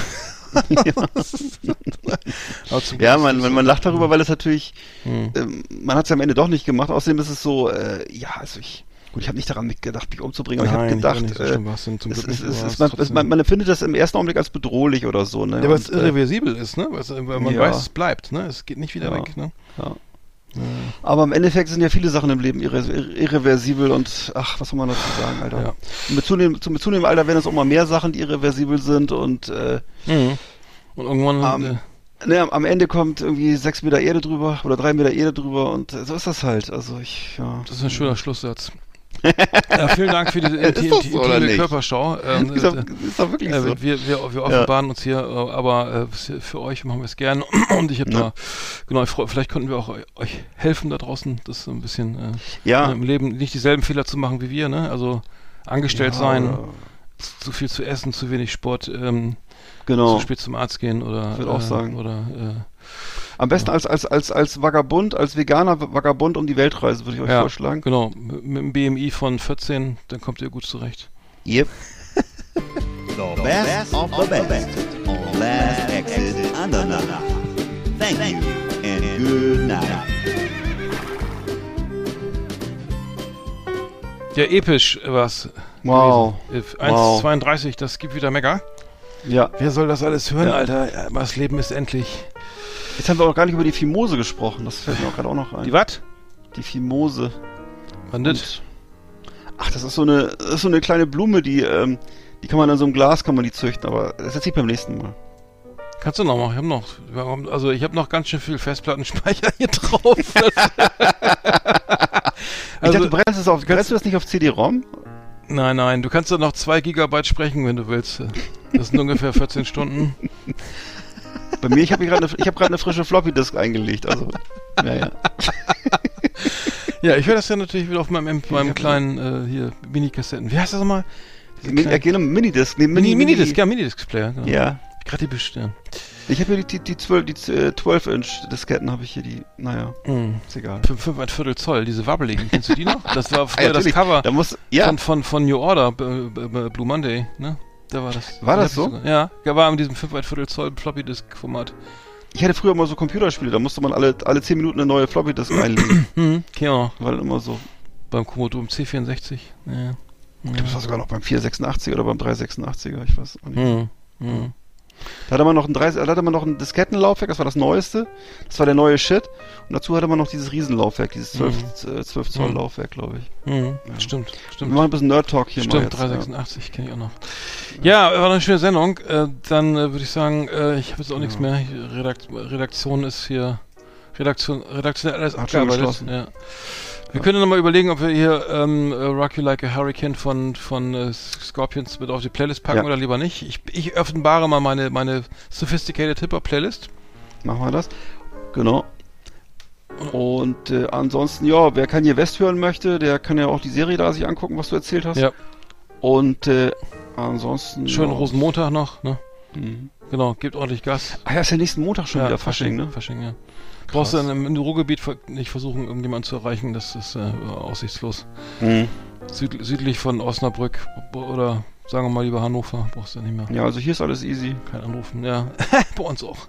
Ja, man lacht darüber, weil es natürlich, man hat es ja am Ende doch nicht gemacht. Außerdem ist es so, ich habe nicht daran gedacht, mich umzubringen, aber ich habe gedacht, man empfindet das im ersten Augenblick als bedrohlich oder so, ne? Ja, weil es irreversibel ist, ne? Weil man weiß, es bleibt, ne? Es geht nicht wieder weg, ne? Ja. Aber im Endeffekt sind ja viele Sachen im Leben irreversibel und was soll man dazu sagen, Alter. Ja. Und mit zunehmendem Alter werden es auch mal mehr Sachen, die irreversibel sind und und irgendwann am Ende kommt irgendwie 6 Meter Erde drüber oder 3 Meter Erde drüber und so ist das halt. Also das ist ein schöner Schlusssatz. Ja, vielen Dank für diese intime Körperschau. Ist doch wirklich so. Wir offenbaren uns hier, aber für euch machen wir es gern. Und ich habe vielleicht konnten wir auch euch helfen da draußen, das so ein bisschen im Leben nicht dieselben Fehler zu machen wie wir, ne? Also angestellt sein, zu viel zu essen, zu wenig Sport, zu spät zum Arzt gehen oder würde auch sagen. Oder am besten als Vagabund, als veganer Vagabund um die Weltreise, würde ich euch vorschlagen. Genau, mit einem BMI von 14, dann kommt ihr gut zurecht. Yep. The best of the best on Last Exit Andernach. Thank you and good night. Ja, episch war's. Wow. 1,32, das gibt wieder Mega. Ja. Wer soll das alles hören, Alter? Ja, das Leben ist endlich. Jetzt haben wir auch gar nicht über die Fimose gesprochen. Das fällt mir auch gerade auch noch ein. Die was? Die Fimose. Was das? Ach, das ist so eine kleine Blume, die kann man in so einem Glas züchten, aber das erzähl ich beim nächsten Mal. Kannst du noch machen? Ich habe noch ganz schön viel Festplattenspeicher hier drauf. Ich dachte, du brennst du das nicht auf CD-ROM? Nein, du kannst da noch 2 Gigabyte sprechen, wenn du willst. Das sind ungefähr 14 Stunden. Bei mir, ich habe gerade eine frische Floppy-Disk eingelegt, also, ja. Ja, ich höre das ja natürlich wieder auf meinem kleinen, hier, Mini-Kassetten. Wie heißt das nochmal? Minidisc. Minidisc, ja, Minidisc-Player. Genau. Ja. Gerade die bestellen. Ich habe hier die 12-Inch-Disketten habe ich hier, ist egal. 5,25 Zoll, diese wabbeligen, kennst du die noch? Das war früher das Cover von New Order, Blue Monday, ne? Da war das. War das so? Ja, da war in diesem 5,25 Zoll Floppy-Disk-Format. Ich hatte früher immer so Computerspiele, da musste man alle 10 Minuten eine neue Floppy-Disk einlegen. Genau. War dann immer so. Beim Commodore C64. Ja. Ich glaube, das war sogar noch beim 486 oder beim 386er, ich weiß auch nicht. Da hatte man noch ein Diskettenlaufwerk, das war das Neueste. Das war der neue Shit. Und dazu hatte man noch dieses Riesenlaufwerk, dieses 12 Zoll Laufwerk, glaube ich. Ja. Stimmt. Wir machen ein bisschen Nerd-Talk hier mal jetzt. 386 kenne ich auch noch. Ja, war eine schöne Sendung. Dann würde ich sagen, ich habe jetzt auch nichts mehr. Redaktion ist hier... Redaktionell alles abgearbeitet. Ja. Wir können nochmal überlegen, ob wir hier Rock You Like a Hurricane von Scorpions mit auf die Playlist packen oder lieber nicht. Ich offenbare mal meine Sophisticated Hip-Hop-Playlist. Machen wir das. Genau. Und ansonsten, ja, wer Kanye West hören möchte, der kann ja auch die Serie da sich angucken, was du erzählt hast. Ja. Und ansonsten... Schönen Rosenmontag noch, ne? Genau, gebt ordentlich Gas. Ah ja, ist ja nächsten Montag schon wieder Fasching, ne? Fasching, ja. Brauchst du im Ruhrgebiet nicht versuchen, irgendjemanden zu erreichen, das ist aussichtslos. Südlich von Osnabrück oder sagen wir mal lieber Hannover, brauchst du nicht mehr. Ja, also hier ist alles easy. Kein Anrufen, ja. Bei uns auch.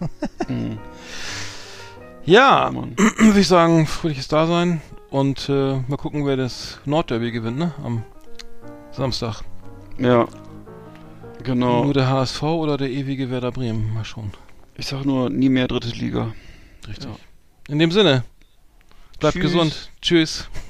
Ja, würde ich sagen, fröhliches Dasein und mal gucken, wer das Nordderby gewinnt, ne? Am Samstag. Ja, genau. Nur der HSV oder der ewige Werder Bremen, mal schauen. Ich sag nur, nie mehr dritte Liga. Richtig. Ja. In dem Sinne, bleibt gesund. Tschüss.